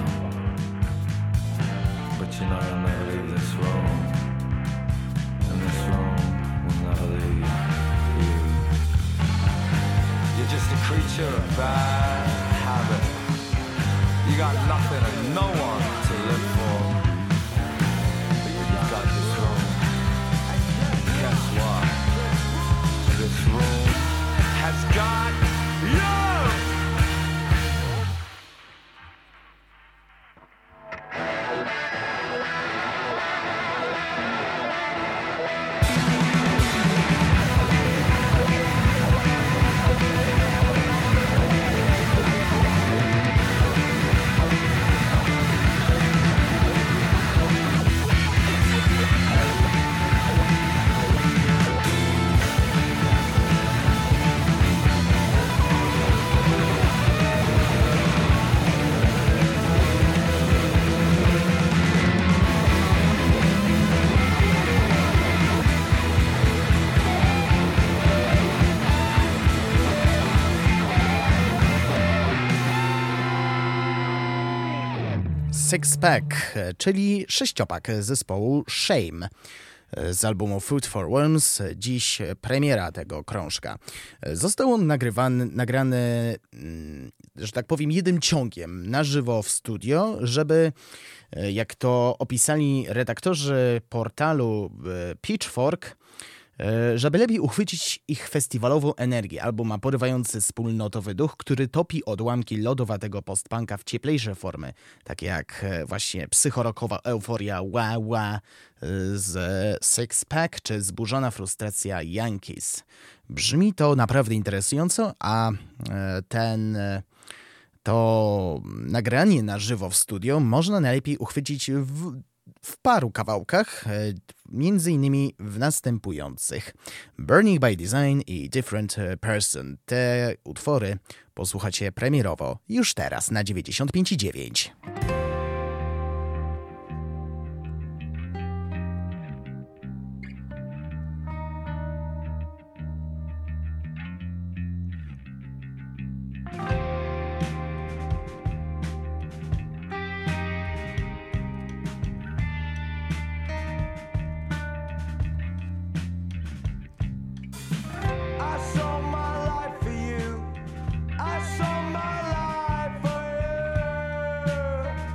But you know you'll never leave this room, and this room will never leave you. You're just a creature of bad habit. You got nothing and no one to live for. But you've got this room. Guess what? This room has got you! Six Pack, czyli sześciopak zespołu Shame z albumu Food for Worms. Dziś premiera tego krążka. Został on nagrywany, nagrany, że tak powiem, jednym ciągiem na żywo w studio, żeby, jak to opisali redaktorzy portalu Pitchfork, żeby lepiej uchwycić ich festiwalową energię. Album ma porywający wspólnotowy duch, który topi odłamki lodowatego postpunka w cieplejsze formy, takie jak właśnie psychorokowa euforia Wah Wah z Six Pack, czy zburzona frustracja Yankees. Brzmi to naprawdę interesująco, a ten... to nagranie na żywo w studio można najlepiej uchwycić w w paru kawałkach, między innymi w następujących: Burning by Design i Different Person. Te utwory posłuchacie premierowo już teraz na dziewięćdziesiąt pięć i dziewięć. I saw my life for you.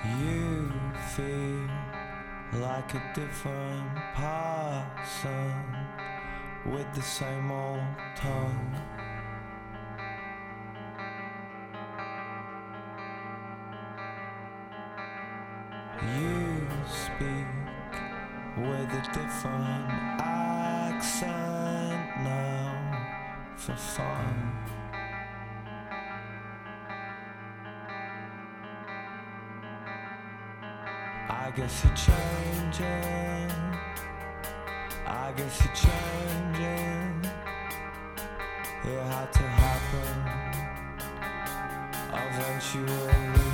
You feel like a different person with the same old tongue. You speak with a different accent now for fun. I guess you're changing, I guess you're changing. It had to happen eventually.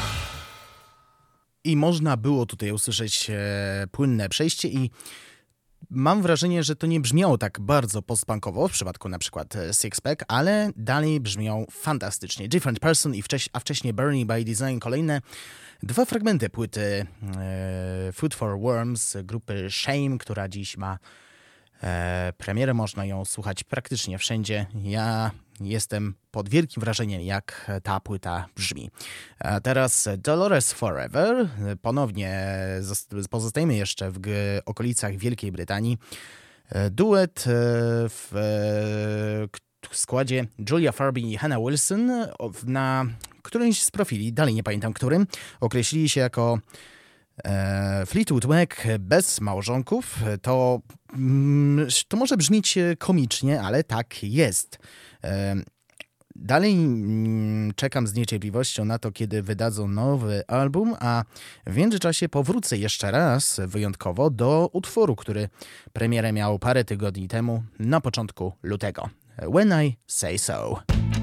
I można było tutaj usłyszeć e, płynne przejście i mam wrażenie, że to nie brzmiało tak bardzo postpunkowo w przypadku na przykład Sixpack, ale dalej brzmią fantastycznie. Different Person i wcześ, a wcześniej Burning by Design, kolejne dwa fragmenty płyty e, Food for Worms grupy Shame, która dziś ma e, premierę. Można ją słuchać praktycznie wszędzie. Ja jestem pod wielkim wrażeniem, jak ta płyta brzmi. A teraz Dolores Forever. Ponownie pozostajemy jeszcze w okolicach Wielkiej Brytanii. Duet w składzie Julia Farby i Hannah Wilson na którymś z profili, dalej nie pamiętam którym, określili się jako e, Fleetwood Mac bez małżonków. To, mm, to może brzmieć komicznie, ale tak jest. E, dalej mm, czekam z niecierpliwością na to, kiedy wydadzą nowy album, a w międzyczasie powrócę jeszcze raz wyjątkowo do utworu, który premierę miał parę tygodni temu, na początku lutego. When I Say So.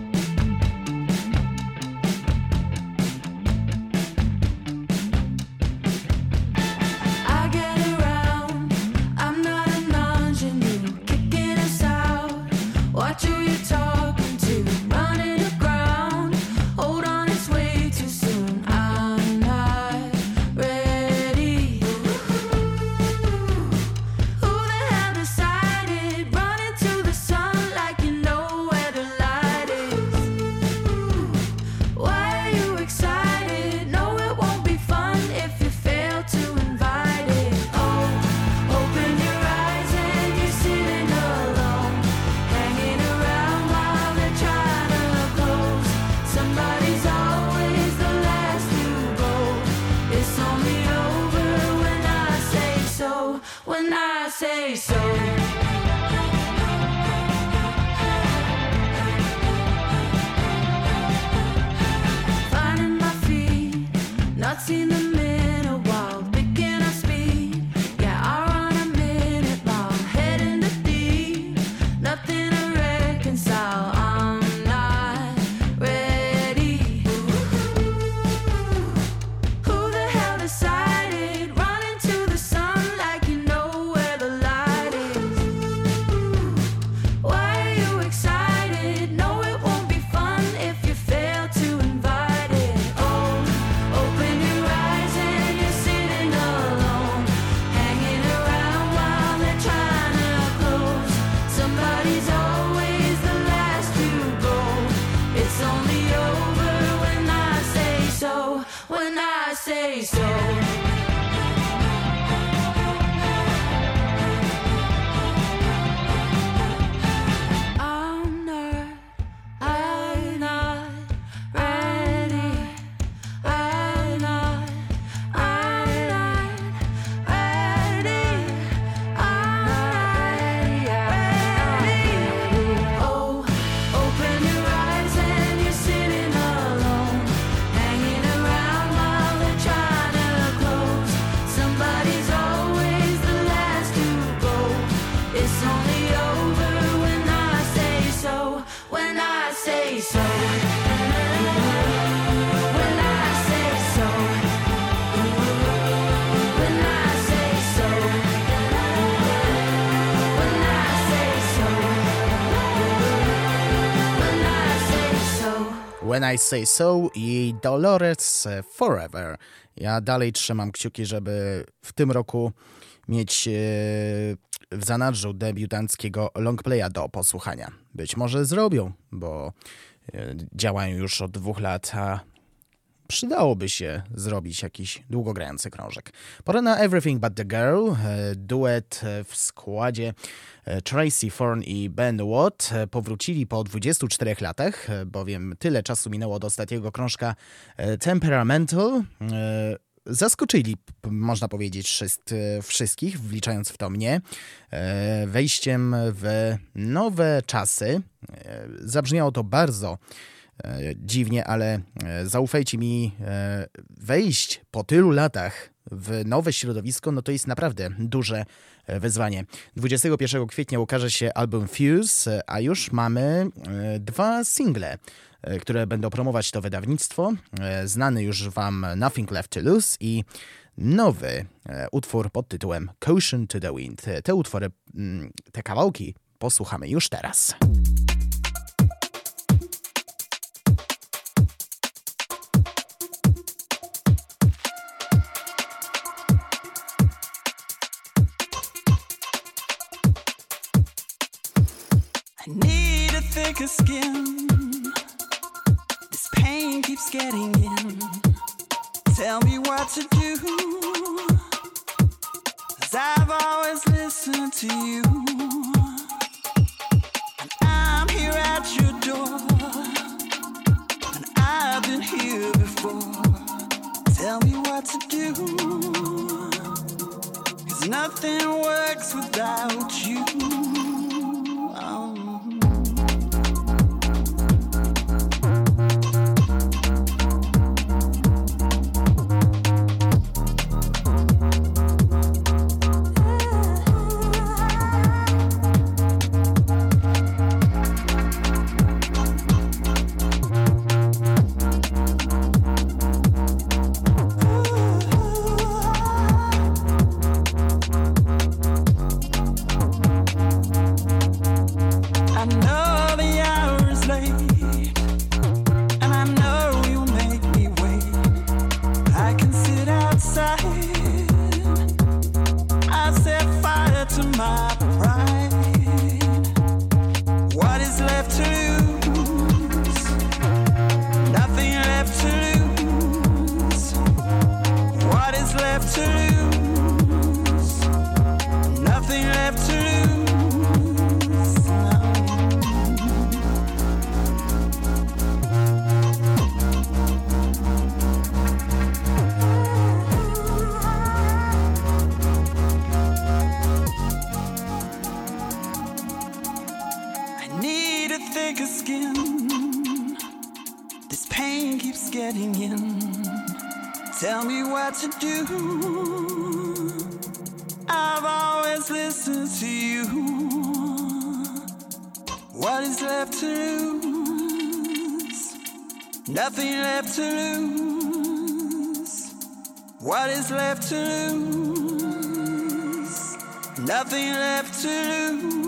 When I Say So i Dolores Forever. Ja dalej trzymam kciuki, żeby w tym roku mieć w zanadrzu debiutanckiego longplaya do posłuchania. Być może zrobią, bo działają już od dwóch lat, a przydałoby się zrobić jakiś długogrający krążek. Pora na Everything But The Girl, duet w składzie Tracy Thorn i Ben Watt. Powrócili po dwudziestu czterech latach, bowiem tyle czasu minęło od ostatniego krążka Temperamental. Zaskoczyli, można powiedzieć, wszystkich, wliczając w to mnie, wejściem w nowe czasy. Zabrzmiało to bardzo dziwnie, ale zaufajcie mi, wejść po tylu latach w nowe środowisko, no to jest naprawdę duże wyzwanie. dwudziestego pierwszego kwietnia ukaże się album Fuse, a już mamy dwa single, które będą promować to wydawnictwo. Znany już wam Nothing Left to Lose i nowy utwór pod tytułem Caution to the Wind. Te utwory, te kawałki posłuchamy już teraz. I need a thicker skin. This pain keeps getting in. Tell me what to do, 'cause I've always listened to you. And I'm here at your door, and I've been here before. Tell me what to do, 'cause nothing works without you. Oh. To do, I've always listened to you. What is left to lose? Nothing left to lose. What is left to lose? Nothing left to lose.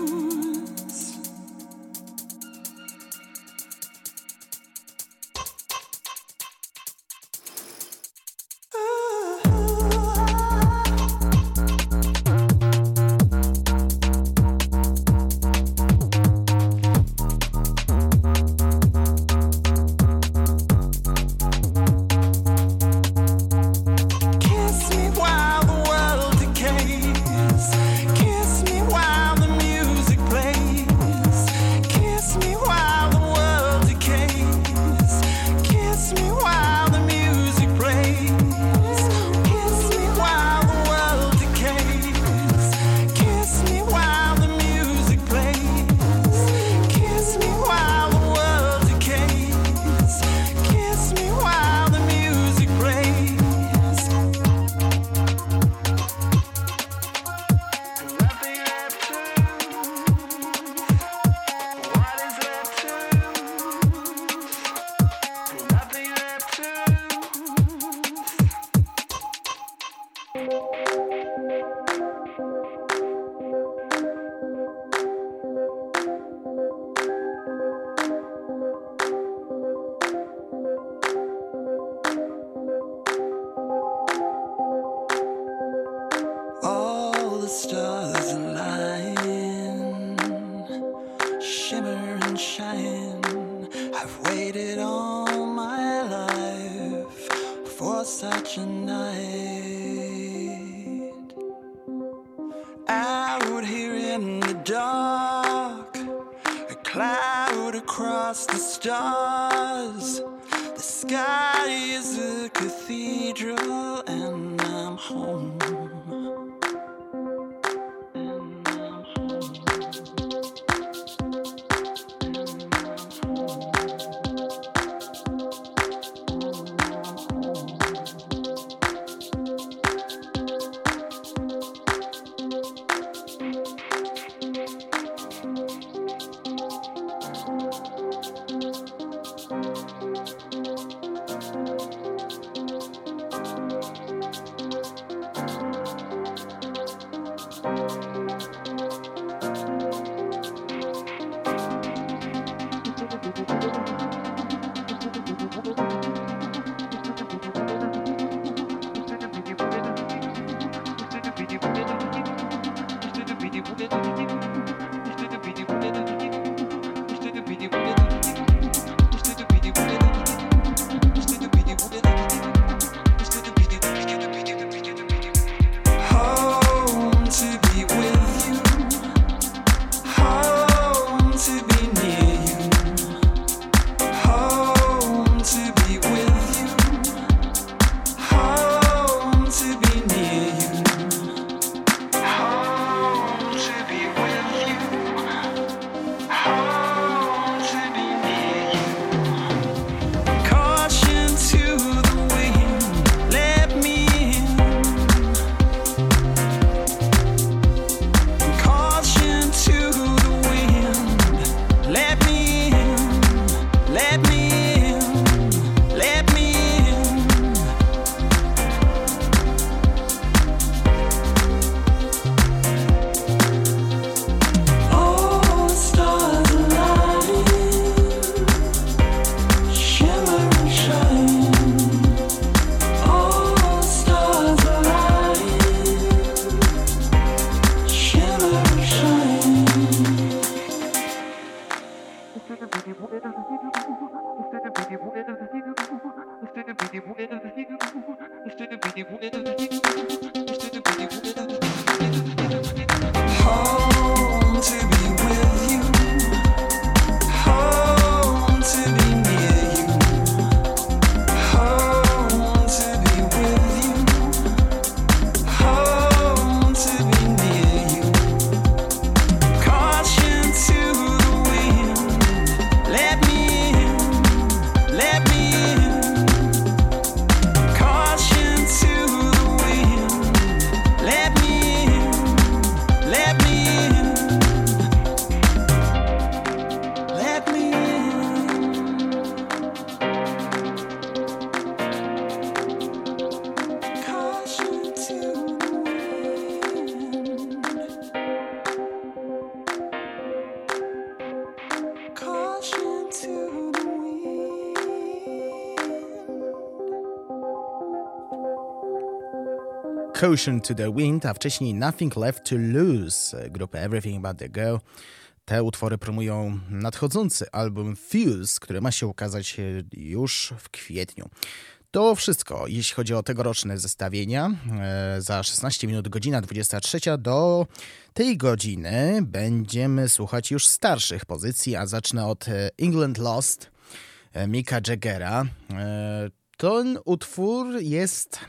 Caution to the Wind, a wcześniej Nothing Left to Lose grupy Everything But The Girl. Te utwory promują nadchodzący album Fuse, który ma się ukazać już w kwietniu. To wszystko, jeśli chodzi o tegoroczne zestawienia. E, za szesnaście minut, godzina dwudziesta trzecia. Do tej godziny będziemy słuchać już starszych pozycji, a zacznę od England Lost e, Micka Jaggera. E, ten utwór jest...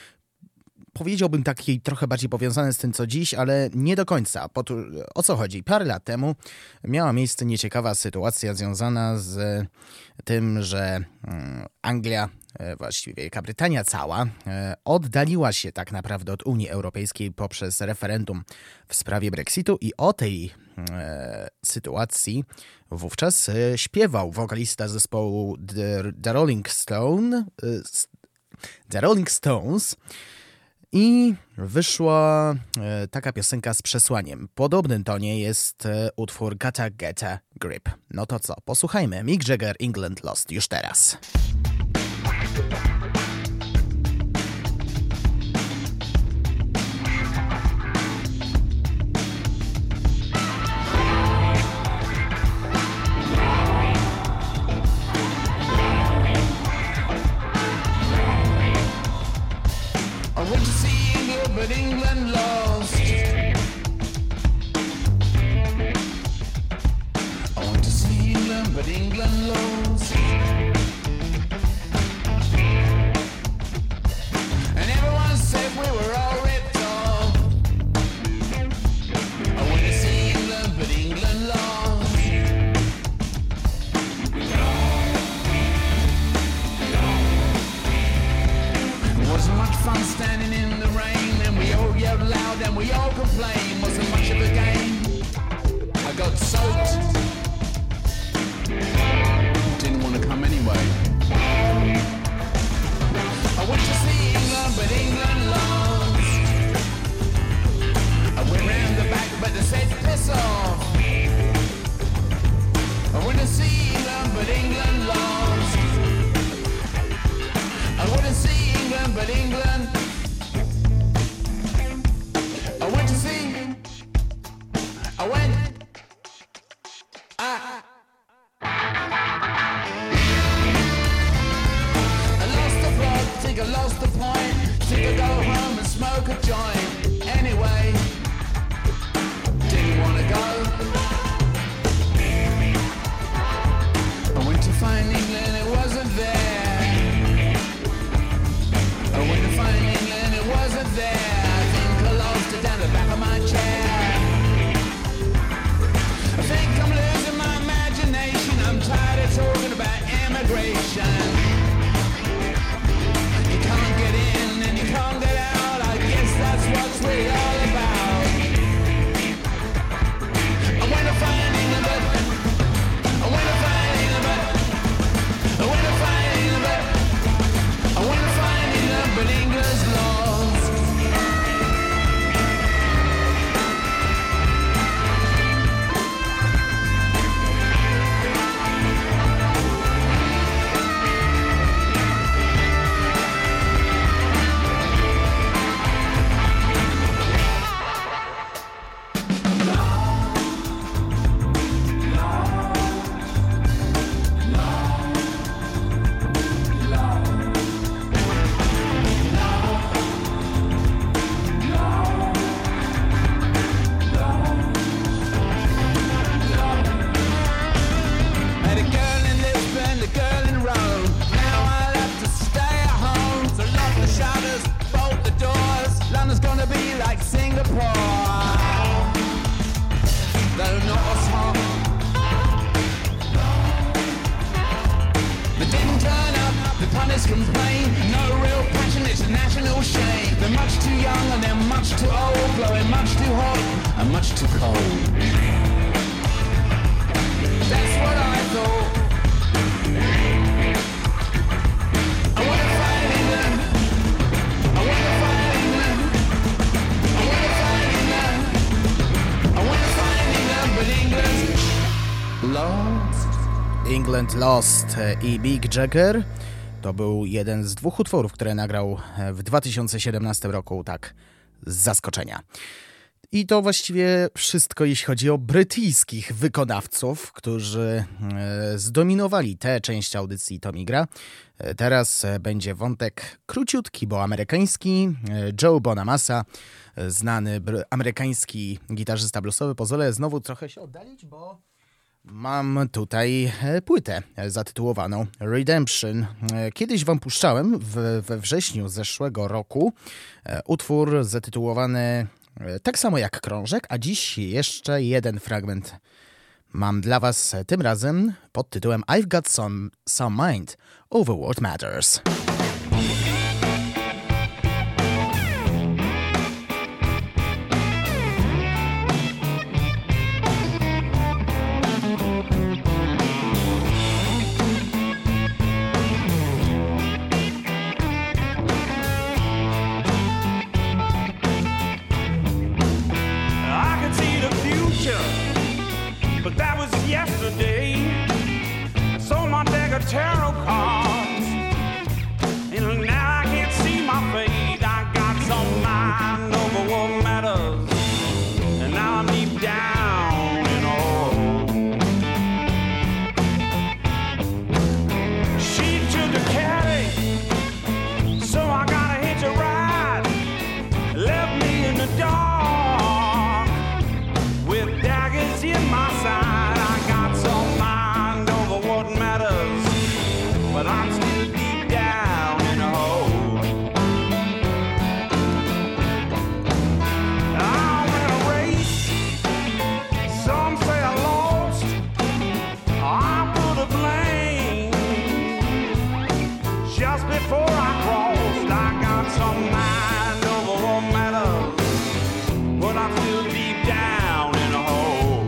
Powiedziałbym taki trochę bardziej powiązany z tym, co dziś, ale nie do końca. O co chodzi? Parę lat temu miała miejsce nieciekawa sytuacja związana z tym, że Anglia, właściwie Wielka Brytania cała, oddaliła się tak naprawdę od Unii Europejskiej poprzez referendum w sprawie Brexitu i o tej e, sytuacji wówczas śpiewał wokalista zespołu The, The Rolling Stone, The Rolling Stones, i wyszła e, taka piosenka z przesłaniem. W podobnym tonie jest e, utwór Gotta Get a Grip. No to co, posłuchajmy. Mick Jagger, England Lost, już teraz. But England lost. I want to see England, but England lost. And everyone said we were all ripped off. I want to see England, but England lost. It wasn't much fun standing in the rain. We all yelled loud and we all complained. Wasn't much of a game. I got soaked. Didn't want to come anyway. I went to see England, but England lost. I went round the back, but they said piss off. I went to see England, but England lost. I went to see England, but England. I went to see, to come. That's what I thought. I wanna fight England. I wanna fight England. I wanna fight England. I wanna fight England, but England's lost. England Lost i Mick Jagger to był jeden z dwóch utworów, które nagrał w dwa tysiące siedemnastym roku, tak, z zaskoczenia. I to właściwie wszystko, jeśli chodzi o brytyjskich wykonawców, którzy zdominowali tę część audycji To Mi Gra. Teraz będzie wątek króciutki, bo amerykański. Joe Bonamassa, znany amerykański gitarzysta bluesowy. Pozwolę znowu trochę się oddalić, bo mam tutaj płytę zatytułowaną Redemption. Kiedyś wam puszczałem w, we wrześniu zeszłego roku utwór zatytułowany tak samo jak Krążek, a dziś jeszcze jeden fragment mam dla was, tym razem pod tytułem I've Got Some, some Mind Over What Matters. But that was yesterday. I sold my deck of tarot cards, and now I can't see my fate. I got some mind over what matters, and now I'm deep down in a hole. She took a caddy, so I got a hitch a ride. Left me in the dark with daggers in my side. I got some mind over what matters, but I'm still deep down in a hole. I'm in a race, some say I lost. I put a blame just before I crossed. I got some mind over what matters, but I'm still deep down in a hole.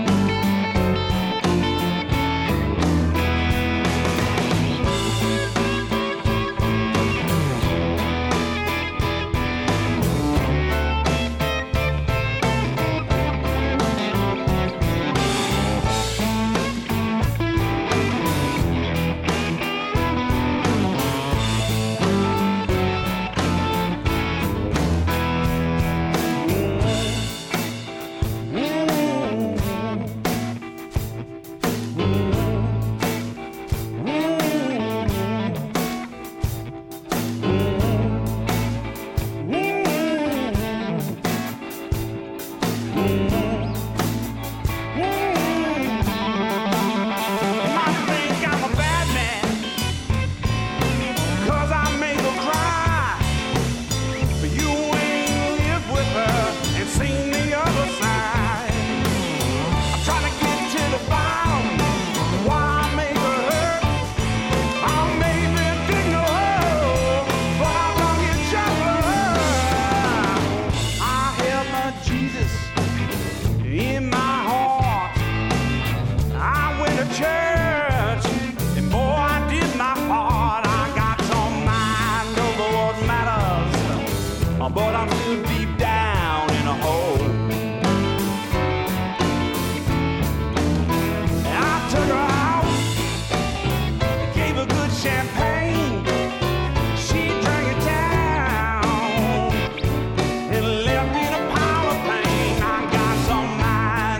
But I'm still deep down in a hole. I took her out, gave her good champagne. She drank it down and left me in a pile of pain. I got some mind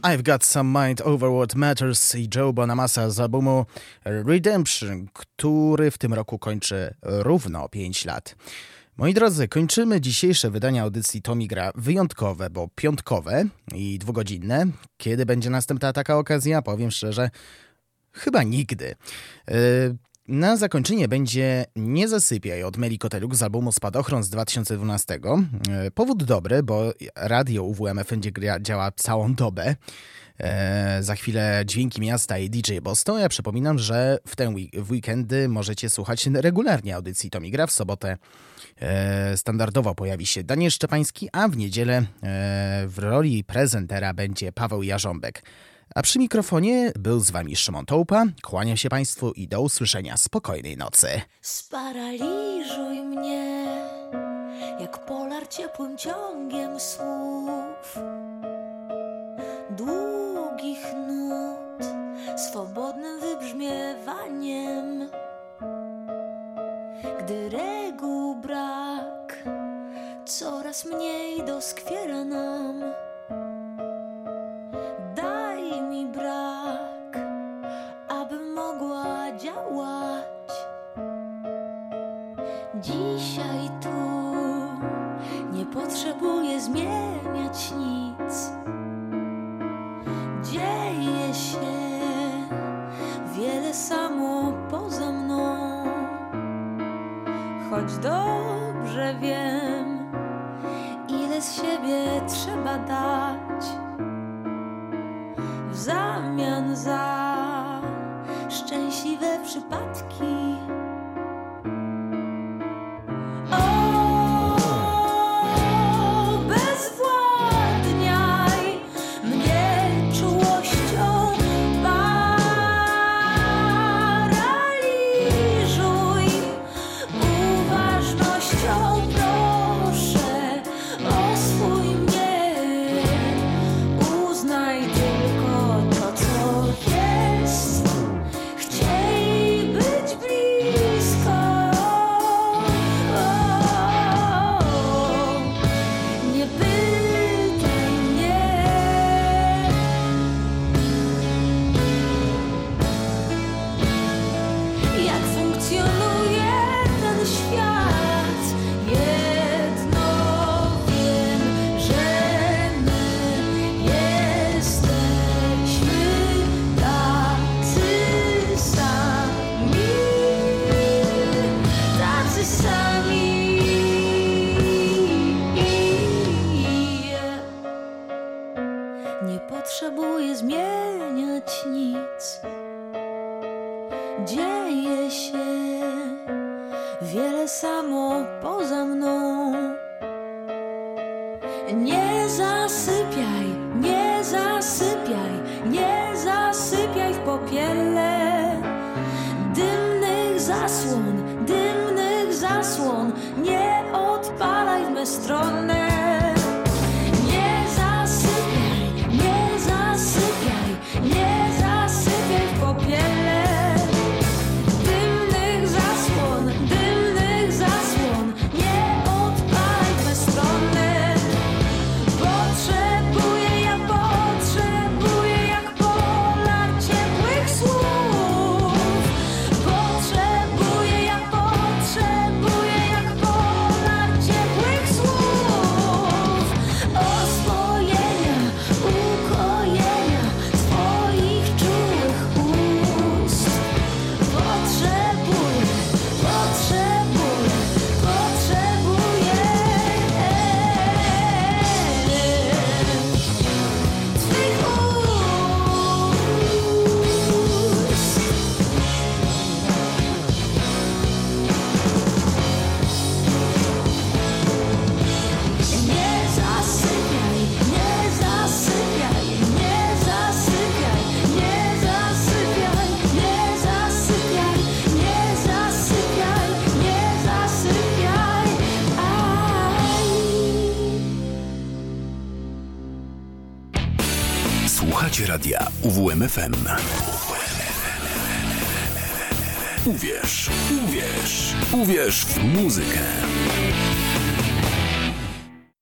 I've Got Some Mind Over What Matters i Joe Bonamassa z albumu Redemption, który w tym roku kończy równo pięć lat. Moi drodzy, kończymy dzisiejsze wydanie audycji Tommy Gra wyjątkowe, bo piątkowe i dwugodzinne. Kiedy będzie następna taka okazja? Powiem szczerze, chyba nigdy. Yy, Na zakończenie będzie Nie zasypiaj od Meli Koteluk z albumu Spadochron z dwa tysiące dwunastego. Powód dobry, bo radio U W M F będzie działa całą dobę. E, za chwilę Dźwięki Miasta i D J Boston. Ja przypominam, że w ten week- w weekendy możecie słuchać regularnie audycji Tommy Gra. W sobotę e, standardowo pojawi się Daniel Szczepański, a w niedzielę e, w roli prezentera będzie Paweł Jarząbek. A przy mikrofonie był z wami Szymon Tołpa. Kłaniam się Państwu i do usłyszenia. Spokojnej nocy. Sparaliżuj mnie, jak polar ciepłym ciągiem słów, długich nut, swobodnym wybrzmiewaniem. Gdy reguł brak, coraz mniej doskwiera nam. Daj mi brak, abym mogła działać. Dzisiaj tu nie potrzebuję zmieniać nic. Dzieje się wiele samo poza mną, choć dobrze wiem, ile z siebie trzeba dać w zamian za szczęśliwe przypadki. O, bezwładniaj mnie czułością, paraliżuj uważnością. Proszę, oswój mnie, uznaj tylko to, co jest. Chciej być blisko. O, nie pytaj mnie. Jak funkcjonuje ten świat? Jedno wiem, że my jesteśmy tacy sami, tacy sami. Nie potrzebuję zmieniać nic. Dzieje się wiele samo poza mną. Nie zasypiaj, nie zasypiaj, nie zasypiaj w popiele dymnych zasłon, dymnych zasłon. Nie odpalaj w mę stronę. Nie zasypiaj, nie zasypiaj, nie zasypiaj w popiele dymnych zasłon, dymnych zasłon. Nie odpalaj w mę stronę. Potrzebuję, ja potrzebuję jak polar ciepłych słów. Potrzebuję, ja potrzebuję jak polar ciepłych słów. Oswojenia, ukojenia twoich czułych ust. Potrzebuję, potrzebuję, potrzebuję twych ust. Nie zasypiaj, nie zasypiaj, nie zasypiaj, nie zasypiaj, nie zasypiaj, nie zasypiaj, nie zasypiaj. Aj. Słuchacie radia U W M F M. Uwierz, uwierz, uwierz w muzykę.